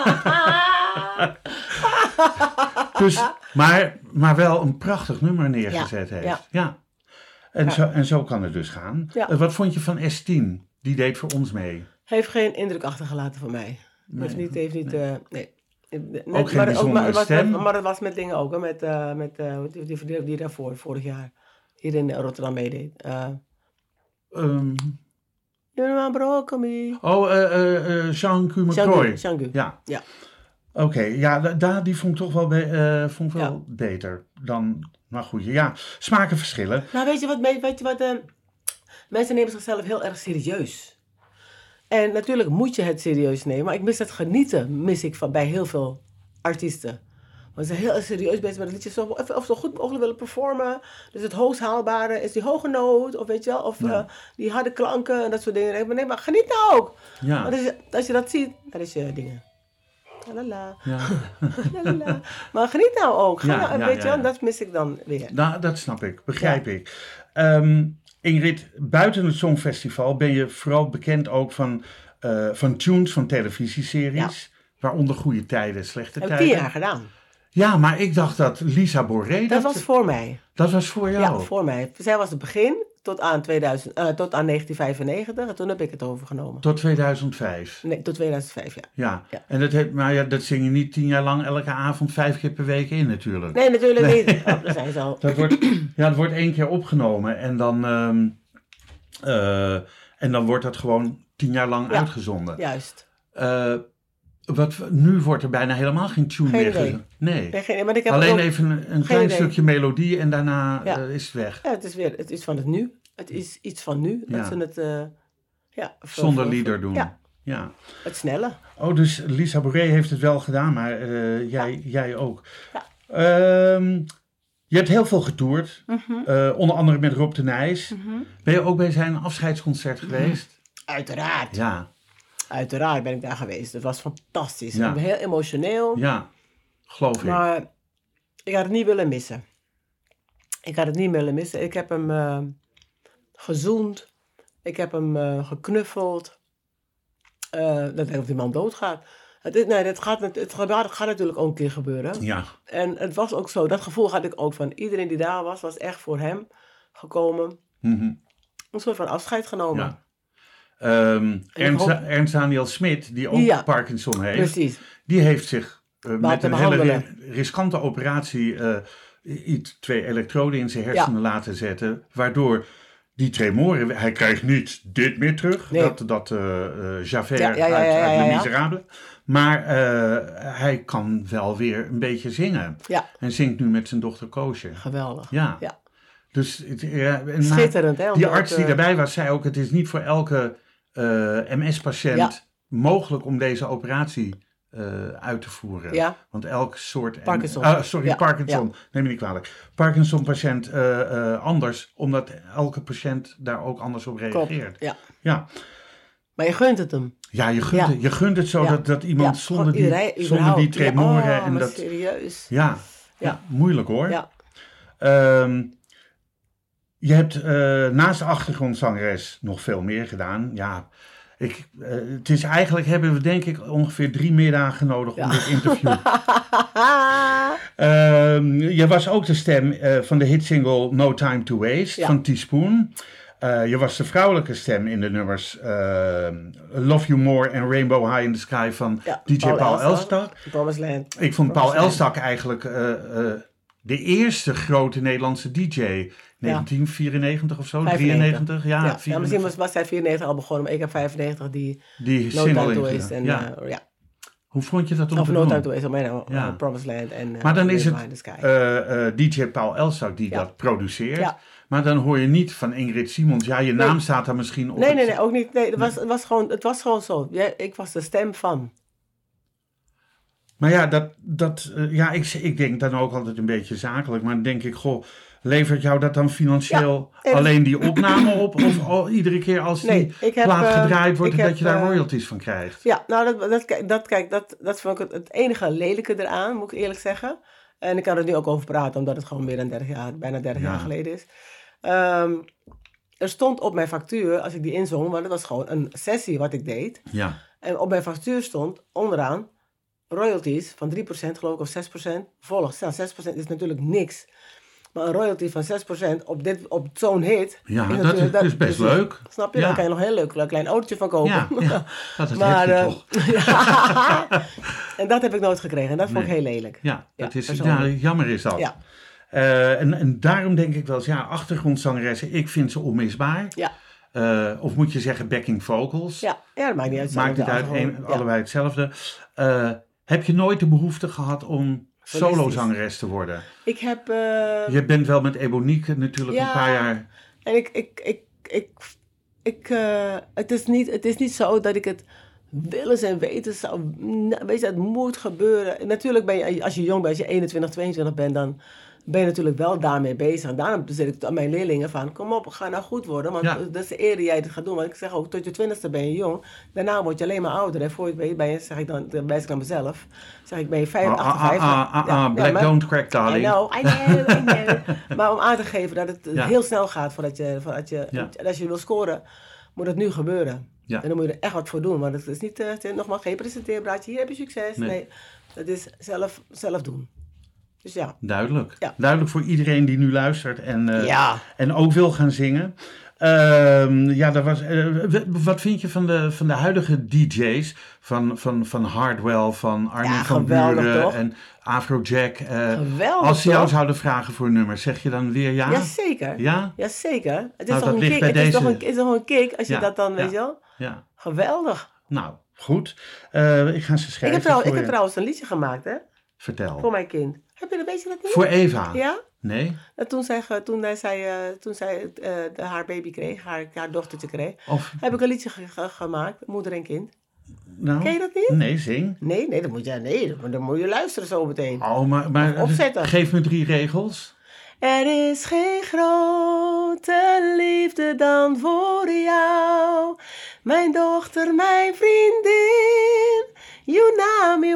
Speaker 2: dus, maar, maar wel een prachtig nummer neergezet
Speaker 3: Ja,
Speaker 2: heeft.
Speaker 3: ja.
Speaker 2: Ja. En,
Speaker 3: Ja.
Speaker 2: Zo, en zo kan het dus gaan.
Speaker 3: Ja.
Speaker 2: Uh, wat vond je van S tien? Die deed voor ons mee.
Speaker 3: Heeft geen indruk achtergelaten voor mij.
Speaker 2: Nee,
Speaker 3: heeft niet, heeft niet,
Speaker 2: nee.
Speaker 3: uh, nee. Net,
Speaker 2: Ook geen
Speaker 3: maar,
Speaker 2: bijzondere
Speaker 3: maar, het was,
Speaker 2: stem?
Speaker 3: maar het was met dingen ook, hè, met, uh, met uh, die, die, die, die daarvoor, vorig jaar, hier in Rotterdam meedeed. Uh,
Speaker 2: Um,
Speaker 3: You're my broccoli.
Speaker 2: oh, uh, uh, uh, Jean Cumacroy.
Speaker 3: Jean
Speaker 2: Ja.
Speaker 3: Ja.
Speaker 2: Oké, okay, ja, da, da, die vond ik toch wel, be, uh, vond ik wel
Speaker 3: Ja.
Speaker 2: beter dan, maar goed, ja, smaken verschillen.
Speaker 3: Nou, weet je wat, weet je wat uh, mensen nemen zichzelf heel erg serieus. En natuurlijk moet je het serieus nemen, maar ik mis het genieten, mis ik van, bij heel veel artiesten. Want ze zijn heel erg serieus bezig met het liedje, zo, of, of zo goed mogelijk willen performen. Dus het hoogst haalbare is die hoge noot, of weet je wel, of
Speaker 2: Ja.
Speaker 3: uh, die harde klanken en dat soort dingen. Maar nee, maar geniet nou ook.
Speaker 2: Ja.
Speaker 3: Want als je, als je dat ziet, dat is je dingen. Lalala.
Speaker 2: Ja.
Speaker 3: Lalala. Maar geniet nou ook. Ga
Speaker 2: Ja,
Speaker 3: nou,
Speaker 2: ja,
Speaker 3: weet
Speaker 2: ja,
Speaker 3: je wel,
Speaker 2: ja.
Speaker 3: dat mis ik dan weer.
Speaker 2: Nou, dat snap ik, begrijp ik. Um, Ingrid, buiten het Songfestival ben je vooral bekend ook van, uh, van tunes van televisieseries. Waaronder Goede Tijden, Slechte
Speaker 3: Heb ik
Speaker 2: Tijden.
Speaker 3: tien jaar gedaan.
Speaker 2: Ja, maar ik dacht dat Lisa Borré...
Speaker 3: Dat was voor mij.
Speaker 2: Dat was voor jou?
Speaker 3: Ja, voor mij. Zij was het begin. tot aan, tweeduizend, uh, tot aan negentien vijfennegentig en toen heb ik het overgenomen.
Speaker 2: Tot tweeduizend vijf?
Speaker 3: Nee, tot tweeduizend vijf, ja.
Speaker 2: Ja,
Speaker 3: ja.
Speaker 2: En dat, heeft, maar ja, dat zing je niet tien jaar lang elke avond vijf keer per week in natuurlijk.
Speaker 3: Nee, natuurlijk nee. niet. Oh, dat zijn ze al.
Speaker 2: Dat wordt, ja, dat wordt één keer opgenomen en dan, um, uh, en dan wordt dat gewoon tien jaar lang
Speaker 3: ja,
Speaker 2: uitgezonden.
Speaker 3: Juist.
Speaker 2: Uh, wat, nu wordt er bijna helemaal geen tune
Speaker 3: geen
Speaker 2: meer gezongen. Nee.
Speaker 3: nee geen, maar ik heb
Speaker 2: Alleen
Speaker 3: ook,
Speaker 2: even een, een klein
Speaker 3: idee.
Speaker 2: stukje melodie en daarna
Speaker 3: ja.
Speaker 2: uh, is het weg.
Speaker 3: Ja, het is weer, het is van het nu. Het is iets van nu.
Speaker 2: Ja.
Speaker 3: Dat ze het, uh, ja,
Speaker 2: zonder lieder doen.
Speaker 3: Ja.
Speaker 2: ja.
Speaker 3: Het snelle.
Speaker 2: Oh, dus Lisa Bourré heeft het wel gedaan, maar uh, jij,
Speaker 3: ja.
Speaker 2: jij ook.
Speaker 3: Ja.
Speaker 2: Um, je hebt heel veel getoerd,
Speaker 3: mm-hmm.
Speaker 2: uh, onder andere met Rob de Nijs.
Speaker 3: Mm-hmm.
Speaker 2: Ben je ook bij zijn afscheidsconcert geweest?
Speaker 3: Mm-hmm. Uiteraard.
Speaker 2: Ja.
Speaker 3: Uiteraard ben ik daar geweest. Het was fantastisch.
Speaker 2: Ja.
Speaker 3: Heel emotioneel.
Speaker 2: Ja, geloof ik.
Speaker 3: Maar ik had het niet willen missen. Ik had het niet willen missen. Ik heb hem uh, gezoend. Ik heb hem uh, geknuffeld. Uh, dat ik of die man doodgaat. Het, is, nee, het, gaat, het, gaat, het gaat natuurlijk ook een keer gebeuren.
Speaker 2: Ja.
Speaker 3: En het was ook zo. Dat gevoel had ik ook van iedereen die daar was. Was echt voor hem gekomen.
Speaker 2: Mm-hmm.
Speaker 3: Een soort van afscheid genomen.
Speaker 2: Ja. Um, Ernst,
Speaker 3: hoop...
Speaker 2: Ernst Daniel Smit, die ook ja. Parkinson heeft.
Speaker 3: Precies.
Speaker 2: Die heeft zich uh, met een
Speaker 3: behandelen.
Speaker 2: hele riskante operatie uh, iets, twee elektroden in zijn hersenen ja. laten zetten. Waardoor die tremoren, hij krijgt niet dit meer terug. Nee. Dat, dat uh, uh, Javert
Speaker 3: ja, ja, ja,
Speaker 2: uit,
Speaker 3: ja, ja,
Speaker 2: uit
Speaker 3: ja,
Speaker 2: Les
Speaker 3: ja.
Speaker 2: Miserables. Maar uh, hij kan wel weer een beetje zingen.
Speaker 3: Ja.
Speaker 2: En zingt nu met zijn dochter Koosje.
Speaker 3: Geweldig.
Speaker 2: Ja.
Speaker 3: ja.
Speaker 2: Dus, ja, en
Speaker 3: schitterend, hè?
Speaker 2: Die
Speaker 3: omdat,
Speaker 2: arts die
Speaker 3: uh,
Speaker 2: daarbij was, zei ook, het is niet voor elke uh, M S-patiënt ja. mogelijk om deze operatie uh, uit te voeren.
Speaker 3: Ja.
Speaker 2: Want elk soort...
Speaker 3: Parkinson.
Speaker 2: Uh, sorry, ja. Parkinson.
Speaker 3: Ja.
Speaker 2: Neem me niet kwalijk. Parkinson-patiënt uh, uh, anders, omdat elke patiënt daar ook anders op reageert.
Speaker 3: Klopt, ja.
Speaker 2: ja.
Speaker 3: Maar je gunt het hem.
Speaker 2: Ja, je gunt, ja. Het, je gunt het zo ja. dat, dat iemand ja. zonder, die,
Speaker 3: iedereen,
Speaker 2: zonder die tremoren...
Speaker 3: Ja, oh,
Speaker 2: en
Speaker 3: maar
Speaker 2: dat,
Speaker 3: serieus.
Speaker 2: Ja, ja. ja, moeilijk hoor.
Speaker 3: Ja.
Speaker 2: Um, je hebt uh, naast de achtergrondzangeres nog veel meer gedaan. Ja, ik, uh, het is eigenlijk hebben we denk ik ongeveer drie middagen nodig ja. om dit interview. um, je was ook de stem uh, van de hitsingle No Time to Waste ja. van Teaspoon. Uh, je was de vrouwelijke stem in de nummers uh, Love You More en Rainbow High in the Sky van ja, D J Paul, Paul Elstak.
Speaker 3: Land.
Speaker 2: Ik vond Paul Elstak eigenlijk uh, uh, de eerste grote Nederlandse D J. negentien vierennegentig of zo, drieënnegentig, ja.
Speaker 3: ja. ja misschien was, was hij vierennegentig al begonnen, maar ik heb vijfennegentig die,
Speaker 2: die
Speaker 3: No Time to Waste. En,
Speaker 2: ja.
Speaker 3: Uh, ja.
Speaker 2: Hoe vond je dat om
Speaker 3: of
Speaker 2: te
Speaker 3: No
Speaker 2: doen?
Speaker 3: Time to Waste, of uh,
Speaker 2: ja.
Speaker 3: Promised Land en uh,
Speaker 2: maar dan is het
Speaker 3: uh,
Speaker 2: uh, D J Paul Elstak die ja. dat produceert.
Speaker 3: Ja.
Speaker 2: Maar dan hoor je niet van Ingrid Simons. Ja, je naam nee. staat daar misschien op.
Speaker 3: Nee,
Speaker 2: het...
Speaker 3: nee, nee, ook niet. Nee, het, was, het, was gewoon, het was gewoon zo. Ja, ik was de stem van.
Speaker 2: Maar ja, dat, dat, uh, ja ik, ik denk dan ook altijd een beetje zakelijk. Maar dan denk ik, goh, levert jou dat dan financieel ja, alleen die opname op? Of al, iedere keer als nee, die heb, plaat gedraaid wordt, dat heb, je daar royalties van krijgt?
Speaker 3: Ja, nou, dat, dat, dat, kijk, dat, dat vond ik het, het enige lelijke eraan, moet ik eerlijk zeggen. En ik kan er nu ook over praten, omdat het gewoon meer dan dertig jaar, bijna dertig ja. jaar geleden is. Um, er stond op mijn factuur, als ik die inzong, want dat was gewoon een sessie wat ik deed.
Speaker 2: Ja.
Speaker 3: En op mijn factuur stond onderaan royalties van drie procent geloof ik, of zes procent. Volgens, nou, zes procent is natuurlijk niks. Maar een royalty van zes procent op, dit, op zo'n hit...
Speaker 2: Ja, is dat is, dat is best dus, leuk.
Speaker 3: Snap je?
Speaker 2: Ja.
Speaker 3: Daar kan je nog een heel leuk een klein autootje van kopen.
Speaker 2: Ja, ja. Dat is
Speaker 3: maar,
Speaker 2: uh,
Speaker 3: toch. Ja. En dat heb ik nooit gekregen. En dat vond nee. ik heel lelijk.
Speaker 2: Ja, dat ja, is, ja, jammer is dat.
Speaker 3: Ja.
Speaker 2: Uh, en, en daarom denk ik wel eens, ja, achtergrondzangeressen, ik vind ze onmisbaar.
Speaker 3: Ja.
Speaker 2: Uh, of moet je zeggen backing vocals.
Speaker 3: Ja, ja dat maakt niet uit.
Speaker 2: Maakt niet uit, een, ja. allebei hetzelfde. Uh, heb je nooit de behoefte gehad om solozangeres te worden?
Speaker 3: Ik heb... Uh...
Speaker 2: Je bent wel met Ebonique natuurlijk
Speaker 3: ja,
Speaker 2: een paar jaar...
Speaker 3: En ik... ik, ik, ik, ik uh, het, is niet, het is niet zo dat ik het willens en wetens zou... Weet je, het moet gebeuren. Natuurlijk ben je, als je jong bent, als je eenentwintig, tweeëntwintig bent, dan ben je natuurlijk wel daarmee bezig. En daarom zeg ik aan mijn leerlingen van, kom op, ga nou goed worden. Want ja. dat is de eer die jij dit gaat doen. Want ik zeg ook, tot je twintigste ben je jong. Daarna word je alleen maar ouder. En voor je het weet, ben je, zeg ik dan, dan wijs ik aan mezelf. Zeg ik, ben je vijf, achtenvijftig.
Speaker 2: Ah, ah, ah, ah, ja, black ja, maar, don't crack, darling.
Speaker 3: I know, I know, I know. Maar om aan te geven dat het ja. heel snel gaat voordat je, voordat je, ja. als je wil scoren, moet het nu gebeuren. Ja. En dan moet je er echt wat voor doen. Want het is niet, uh, nogmaals, geen presenteerblaadje, hier heb je succes. Nee, nee dat is zelf, zelf doen. Dus ja.
Speaker 2: Duidelijk.
Speaker 3: Ja.
Speaker 2: Duidelijk voor iedereen die nu luistert en, uh,
Speaker 3: Ja.
Speaker 2: en ook wil gaan zingen. Uh, ja, dat was, uh, wat vind je van de, van de huidige D J's? Van, van, van Hardwell, van Armin
Speaker 3: Ja,
Speaker 2: van
Speaker 3: geweldig,
Speaker 2: Buuren
Speaker 3: toch?
Speaker 2: en Afrojack. Uh,
Speaker 3: Geweldig,
Speaker 2: als ze jou
Speaker 3: toch?
Speaker 2: zouden vragen voor een nummer, zeg je dan weer ja?
Speaker 3: Jazeker.
Speaker 2: Ja?
Speaker 3: Jazeker. Het is
Speaker 2: Nou,
Speaker 3: toch
Speaker 2: dat
Speaker 3: een
Speaker 2: ligt
Speaker 3: kick.
Speaker 2: bij
Speaker 3: Het is
Speaker 2: deze-
Speaker 3: toch een, het is toch een kick als je
Speaker 2: Ja,
Speaker 3: dat dan, weet
Speaker 2: ja.
Speaker 3: je wel?
Speaker 2: Ja.
Speaker 3: Geweldig.
Speaker 2: Nou, goed. Uh, ik ga ze
Speaker 3: Ik
Speaker 2: schrijven
Speaker 3: heb, trouw, ik
Speaker 2: voor
Speaker 3: heb
Speaker 2: je.
Speaker 3: trouwens een liedje gemaakt, hè?
Speaker 2: Vertel.
Speaker 3: Voor mijn kind. Heb je dat, weet je dat niet?
Speaker 2: Voor Eva?
Speaker 3: Ja?
Speaker 2: Nee?
Speaker 3: En toen zij, ge- toen hij, zij, eh, toen zij eh, de, haar baby kreeg, haar, haar dochtertje kreeg,
Speaker 2: Of,
Speaker 3: heb ik een liedje ge- ge- gemaakt, moeder en kind.
Speaker 2: nou?
Speaker 3: Ken je dat niet?
Speaker 2: Nee, zing.
Speaker 3: Nee, nee, dan moet je, nee, dan, dan moet je luisteren zo meteen.
Speaker 2: Oh, maar, maar
Speaker 3: Of opzetten.
Speaker 2: geef me drie regels.
Speaker 3: Er is geen grote liefde dan voor jou, mijn dochter, mijn vriendin, Yunami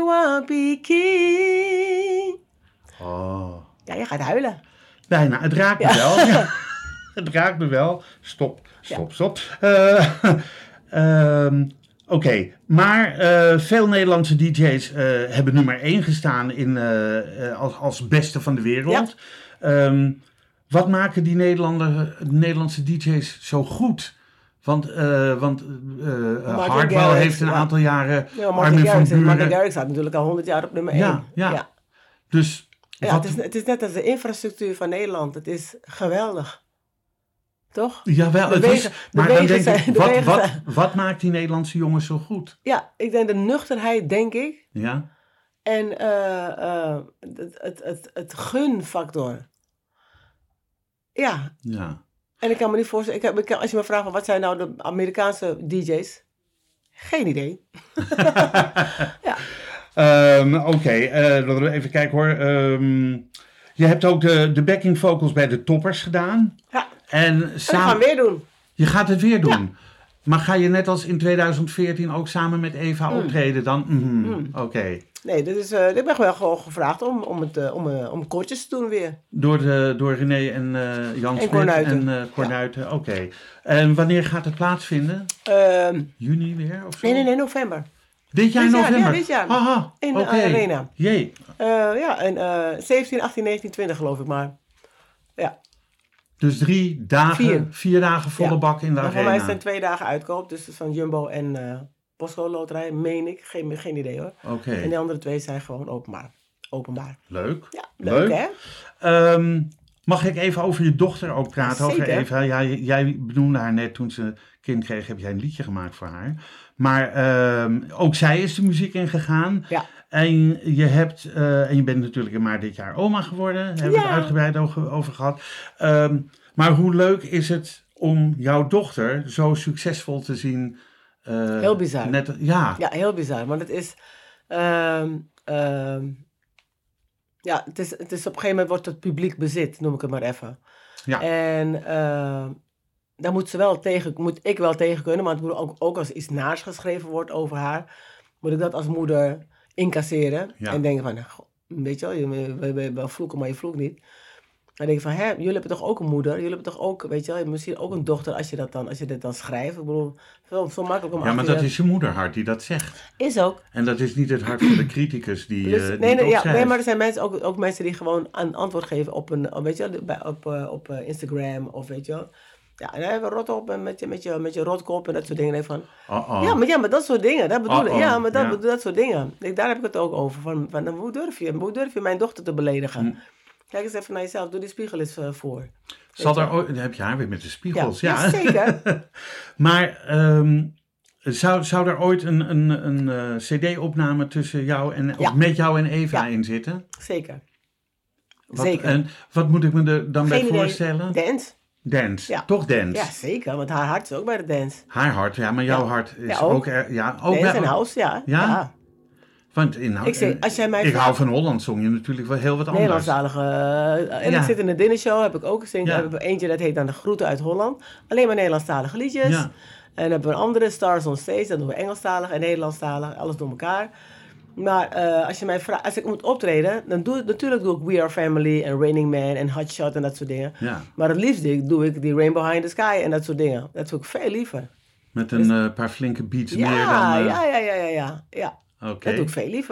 Speaker 3: Wapiki.
Speaker 2: Oh.
Speaker 3: Ja, je gaat huilen.
Speaker 2: Bijna, het raakt me wel. Ja. Het raakt me wel. Stop, stop, stop. Uh, um, Oké, okay. maar uh, veel Nederlandse D J's uh, hebben nummer één gestaan in, uh, uh, als, als beste van de wereld. Ja. Um, wat maken die Nederlander, Nederlandse D J's zo goed? Want, uh, want uh, Hardwell Garrix, heeft een ja. aantal jaren
Speaker 3: ja, Armin van Buuren. Martin Garrix staat natuurlijk al honderd jaar op nummer één.
Speaker 2: Ja, ja. ja. Dus...
Speaker 3: Ja, het, is, het is net als de infrastructuur van Nederland. Het is geweldig. Toch?
Speaker 2: Jawel,
Speaker 3: de
Speaker 2: het
Speaker 3: wegen,
Speaker 2: is, maar dan denk
Speaker 3: zijn,
Speaker 2: ik, wat,
Speaker 3: wat,
Speaker 2: wat, wat maakt die Nederlandse jongens zo goed?
Speaker 3: Ja, ik denk de nuchterheid, denk ik.
Speaker 2: Ja.
Speaker 3: En uh, uh, het, het, het, het gunfactor. Ja.
Speaker 2: Ja.
Speaker 3: En ik kan me niet voorstellen, ik heb, ik, als je me vraagt, wat zijn nou de Amerikaanse D J's? Geen idee. Ja.
Speaker 2: Um, Oké, okay. uh, even kijken hoor. Um, je hebt ook de, de backing vocals bij de Toppers gedaan.
Speaker 3: Ja,
Speaker 2: en
Speaker 3: samen... we gaan weer doen.
Speaker 2: Je gaat het weer doen.
Speaker 3: Ja.
Speaker 2: Maar ga je net als in tweeduizend veertien ook samen met Eva mm. optreden dan? Mm-hmm. Mm. Oké. Okay.
Speaker 3: Nee, dit is, uh, ik ben wel gewoon gevraagd om, om, het, uh, om, uh, om koortjes te doen weer.
Speaker 2: Door, de, door René en uh, Jan
Speaker 3: en Cornuiten.
Speaker 2: En uh, Cornuiten, ja. Oké. Okay. En wanneer gaat het plaatsvinden?
Speaker 3: Uh,
Speaker 2: Juni weer of zo?
Speaker 3: Nee, nee, nee, november.
Speaker 2: Dit jaar
Speaker 3: dit
Speaker 2: november?
Speaker 3: Jaar, ja, dit jaar.
Speaker 2: Aha,
Speaker 3: in de
Speaker 2: okay.
Speaker 3: Arena.
Speaker 2: Jee.
Speaker 3: Uh, ja, en uh, zeventien, achttien, negentien, twintig geloof ik maar. Ja.
Speaker 2: Dus drie dagen, vier, vier dagen volle ja. bak in de
Speaker 3: maar
Speaker 2: Arena.
Speaker 3: Voor mij zijn twee dagen uitkoop. Dus van Jumbo en uh, Postcode Loterij, meen ik. Geen, geen idee hoor.
Speaker 2: Oké. Okay.
Speaker 3: En de andere twee zijn gewoon openbaar. Openbaar.
Speaker 2: Leuk.
Speaker 3: Ja, leuk, leuk.
Speaker 2: hè? Um, mag ik even over je dochter ook praten?
Speaker 3: Zeker.
Speaker 2: Over Eva. Ja, jij benoemde haar net toen ze kind kreeg, heb jij een liedje gemaakt voor haar. Maar um, ook zij is de muziek ingegaan.
Speaker 3: Ja.
Speaker 2: En je hebt, uh, en je bent natuurlijk maar dit jaar oma geworden. Daar hebben we
Speaker 3: ja.
Speaker 2: het uitgebreid over, over gehad. Um, maar hoe leuk is het om jouw dochter zo succesvol te zien? Uh,
Speaker 3: heel bizar.
Speaker 2: Net, ja.
Speaker 3: ja, heel bizar. Want het is... Um, um, ja, het is, het is op een gegeven moment wordt het publiek bezit, noem ik het maar even.
Speaker 2: Ja.
Speaker 3: En uh, daar moet ze wel tegen, moet ik wel tegen kunnen, want het moet ook, ook als iets naars geschreven wordt over haar, moet ik dat als moeder incasseren. Ja. En denken van, goh, weet je wel, je, we, we, we vloeken, maar je vloekt niet. Dan denk ik van, hè, jullie hebben toch ook een moeder? Jullie hebben toch ook, weet je wel, misschien ook een dochter als je dat dan, als je dit dan schrijft. Ik bedoel, zo, zo makkelijk om
Speaker 2: Ja, maar dat is je moederhart die dat zegt.
Speaker 3: Is ook.
Speaker 2: En dat is niet het hart van de criticus die,
Speaker 3: dus,
Speaker 2: uh, die
Speaker 3: nee, nee,
Speaker 2: het
Speaker 3: ja, nee, maar er zijn mensen, ook, ook mensen die gewoon een antwoord geven op een, weet je wel, op, op, op Instagram of weet je wel. Ja, en dan hebben we rot op en met je, met je, met je rotkop en dat soort dingen. En van,
Speaker 2: Uh-oh.
Speaker 3: ja, maar, ja, maar dat soort dingen, dat bedoel ik. Ja, maar dat,
Speaker 2: ja.
Speaker 3: dat soort dingen. Ik, daar heb ik het ook over. Van, van, hoe durf je, hoe durf je mijn dochter te beledigen? Hm. Kijk eens even naar jezelf, doe die spiegel eens uh, voor.
Speaker 2: Zal er ooit, dan heb je haar weer met de spiegels, ja.
Speaker 3: Ja, ja zeker.
Speaker 2: Maar um, zou, zou er ooit een, een, een uh, cd-opname tussen jou en, ja. of met jou en Eva
Speaker 3: ja.
Speaker 2: in zitten?
Speaker 3: Zeker.
Speaker 2: Wat,
Speaker 3: zeker.
Speaker 2: En wat moet ik me er dan
Speaker 3: Geen
Speaker 2: bij
Speaker 3: idee.
Speaker 2: voorstellen?
Speaker 3: Dance.
Speaker 2: Dance,
Speaker 3: ja.
Speaker 2: toch dance?
Speaker 3: Ja, zeker, want haar hart is ook bij de dance.
Speaker 2: Haar hart, ja, maar jouw
Speaker 3: ja.
Speaker 2: hart is
Speaker 3: ja, ook.
Speaker 2: ook... Er, ja, ook
Speaker 3: dance
Speaker 2: bij,
Speaker 3: en house, ja.
Speaker 2: Ja?
Speaker 3: ja.
Speaker 2: Want in,
Speaker 3: ik zeg, als jij mij
Speaker 2: ik
Speaker 3: vraagt,
Speaker 2: hou van Holland, zong je natuurlijk wel heel wat anders.
Speaker 3: Nederlandstalige. Uh, en
Speaker 2: ja.
Speaker 3: ik zit in de dinnershow, heb ik ook gezien.
Speaker 2: Ja.
Speaker 3: Heb ik eentje dat heet dan De Groeten uit Holland. Alleen maar Nederlandstalige liedjes.
Speaker 2: Ja.
Speaker 3: En dan hebben we een andere, Stars on Stage. Dan doen we Engelstalig en Nederlandstalig. Alles door elkaar. Maar uh, als je mij vraagt, als ik moet optreden, dan doe ik natuurlijk doe ik We Are Family en Raining Man en Hot Shot en dat soort dingen.
Speaker 2: Ja.
Speaker 3: Maar het liefst doe ik die Rainbow High in the Sky en dat soort dingen. Dat doe ik veel liever.
Speaker 2: Met een dus, uh, paar flinke beats
Speaker 3: ja,
Speaker 2: meer dan... Uh...
Speaker 3: Ja, ja, ja, ja, ja. ja.
Speaker 2: Okay.
Speaker 3: Dat doe ik veel liever.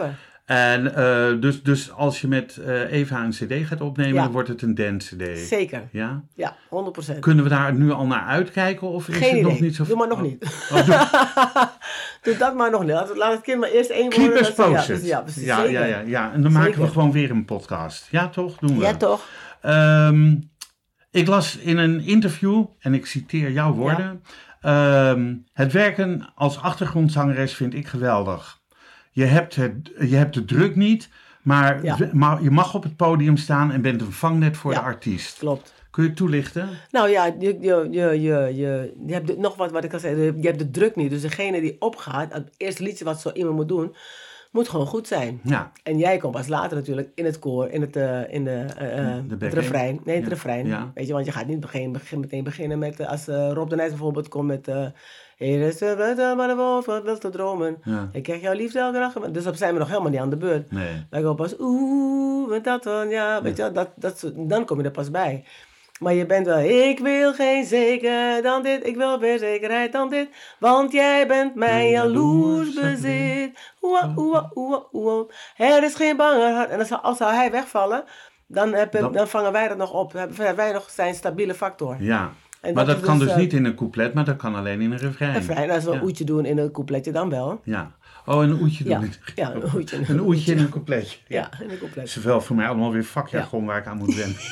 Speaker 2: En uh, dus, dus als je met uh, Eva een cd gaat opnemen,
Speaker 3: Ja.
Speaker 2: dan wordt het een dance cd.
Speaker 3: Zeker.
Speaker 2: Ja?
Speaker 3: Ja, honderd procent.
Speaker 2: Kunnen we daar nu al naar uitkijken? Of is
Speaker 3: Geen
Speaker 2: het
Speaker 3: idee.
Speaker 2: nog niet zo...
Speaker 3: Doe maar nog
Speaker 2: Oh.
Speaker 3: niet.
Speaker 2: Oh, doe...
Speaker 3: Doe dat maar nog niet. Laat, laat het kind maar eerst één
Speaker 2: Keep
Speaker 3: worden.
Speaker 2: us
Speaker 3: dat ze- ja,
Speaker 2: posted.
Speaker 3: precies, ja, precies.
Speaker 2: ja,
Speaker 3: Zeker.
Speaker 2: ja, ja, ja. En dan maken we
Speaker 3: Zeker.
Speaker 2: gewoon weer een podcast. Ja, toch? Doen we.
Speaker 3: Ja, toch?
Speaker 2: Um, ik las in een interview, en ik citeer jouw woorden. Ja. Um, het werken als achtergrondzangeres vind ik geweldig. Je hebt, het, je hebt de druk niet, maar,
Speaker 3: Ja.
Speaker 2: maar je mag op het podium staan en bent een vangnet voor
Speaker 3: Ja.
Speaker 2: de artiest.
Speaker 3: Klopt.
Speaker 2: Kun je het toelichten?
Speaker 3: Nou ja, je, je, je, je, je, je hebt de- nog wat wat ik al zei. Je hebt de druk niet. Dus degene die opgaat, het eerste liedje wat zo iemand moet doen, moet gewoon goed zijn.
Speaker 2: Ja.
Speaker 3: En jij komt pas later natuurlijk in het koor, in het, uh, in de, uh,
Speaker 2: De
Speaker 3: het
Speaker 2: backing.
Speaker 3: refrein. Nee, het
Speaker 2: Ja.
Speaker 3: refrein.
Speaker 2: Ja.
Speaker 3: Weet je, want je gaat niet begin, begin, meteen beginnen met, uh, als uh, Rob de Nijs bijvoorbeeld komt met... Uh, Hier is de wetter maar de wolf wat wil te dromen.
Speaker 2: Ja.
Speaker 3: Ik krijg jouw liefde elke dag. Dus dan zijn we nog helemaal niet aan de beurt.
Speaker 2: Nee.
Speaker 3: Dan komen pas, oeh, met dat dan, ja, weet je wel, dat, dat, soort- dan kom je er pas bij. Maar je bent wel, ik wil geen zeker dan dit, ik wil meer zekerheid dan dit, want jij bent mijn jaloers bezit. Oeh, oeh, oeh, oeh. Er is geen banger hart. En als, als zou hij wegvallen, dan, heb,
Speaker 2: Dan-
Speaker 3: dan vangen wij dat nog op. Dan hebben wij nog zijn stabiele factor.
Speaker 2: Ja.
Speaker 3: En
Speaker 2: Maar dat
Speaker 3: is
Speaker 2: kan dus
Speaker 3: eh,
Speaker 2: niet in een couplet, maar dat kan alleen in een refrein.
Speaker 3: refrein. Als we een
Speaker 2: Ja.
Speaker 3: oetje doen in een coupletje, dan wel.
Speaker 2: Ja. Oh, een oetje doen.
Speaker 3: Ja,
Speaker 2: in-
Speaker 3: ja, een oetje.
Speaker 2: Een oetje in een coupletje.
Speaker 3: Ja, in een
Speaker 2: Dat
Speaker 3: coupletje.
Speaker 2: is wel voor mij allemaal weer vakjargon waar ik aan moet wennen.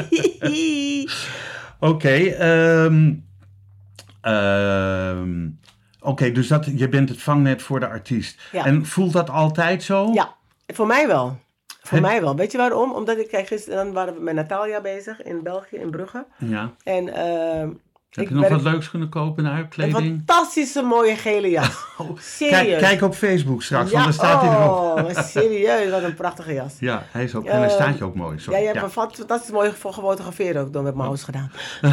Speaker 2: Oké, okay, um, um, okay, dus dat, je bent het vangnet voor de artiest.
Speaker 3: Ja.
Speaker 2: En voelt dat altijd zo?
Speaker 3: Ja, voor mij wel. Voor
Speaker 2: Het-
Speaker 3: mij wel. Weet je waarom? Omdat ik, kijk, gisteren dan waren we met Natalia bezig in België, in Brugge.
Speaker 2: Ja.
Speaker 3: En eh
Speaker 2: Heb
Speaker 3: ik
Speaker 2: je nog
Speaker 3: werk-
Speaker 2: wat leuks kunnen kopen naar
Speaker 3: een
Speaker 2: kleding?
Speaker 3: fantastische mooie gele jas. Serieus.
Speaker 2: Kijk, kijk op Facebook straks,
Speaker 3: ja,
Speaker 2: want dan staat hij erop.
Speaker 3: oh, maar serieus, wat een prachtige jas.
Speaker 2: Ja, hij is ook, en
Speaker 3: Eh,
Speaker 2: hij staat je ook mooi. Sorry.
Speaker 3: Ja, je hebt
Speaker 2: Ja.
Speaker 3: een fant- fantastisch mooi voor gefotografeerd ook door met mijn house gedaan.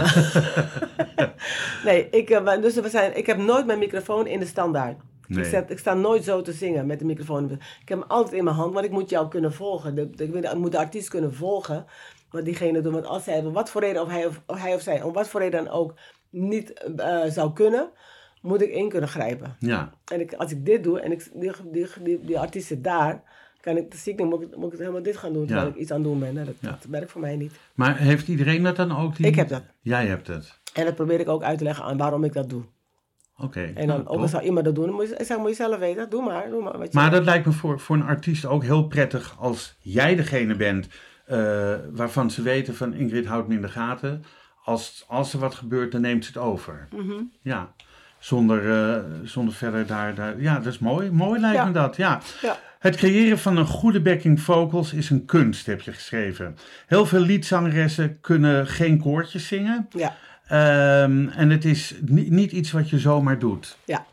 Speaker 3: nee, ik, eh, maar dus we zijn, ik heb nooit mijn microfoon in de standaard.
Speaker 2: Nee.
Speaker 3: Ik, zet, ik sta nooit zo te zingen met de microfoon. Ik heb hem altijd in mijn hand, want ik moet jou kunnen volgen. De, de, ik, wil- ik moet de artiest kunnen volgen wat diegene doet. Want als hij, om wat voor reden, of hij of, of hij of zij, om wat voor reden dan ook niet eh, zou kunnen, moet ik in kunnen grijpen.
Speaker 2: Ja.
Speaker 3: En ik, als ik dit doe en ik, die, die, die, die artiest zit daar, kan ik, dan zie ik niet, moet ik, moet ik helemaal dit gaan doen terwijl
Speaker 2: Ja.
Speaker 3: ik iets aan het doen ben. Nou, dat,
Speaker 2: Ja.
Speaker 3: dat werkt voor mij niet.
Speaker 2: Maar heeft iedereen dat dan ook? Die...
Speaker 3: Ik heb dat.
Speaker 2: Jij hebt het.
Speaker 3: En dat probeer ik ook uit te leggen aan waarom ik dat doe.
Speaker 2: Oké. Okay.
Speaker 3: En dan, ook al zou iemand dat doen, dan moet je, ik zeg, moet je zelf weten. Doe maar, doe maar. Wat je
Speaker 2: Maar dat lijkt me voor, voor een artiest ook heel prettig als jij degene bent uh, waarvan ze weten van Ingrid houdt me in de gaten. Als, als er wat gebeurt, dan neemt ze het over.
Speaker 3: Mm-hmm.
Speaker 2: Ja, zonder, uh, zonder verder daar, daar... Ja, dat is mooi. Mooi lijkt
Speaker 3: Ja.
Speaker 2: me dat, ja.
Speaker 3: Ja.
Speaker 2: Het creëren van een goede backing vocals is een kunst, heb je geschreven. Heel veel liedzangeressen kunnen geen koortjes zingen.
Speaker 3: Ja,
Speaker 2: Um, en het is ni- niet iets wat je zomaar doet.
Speaker 3: ja.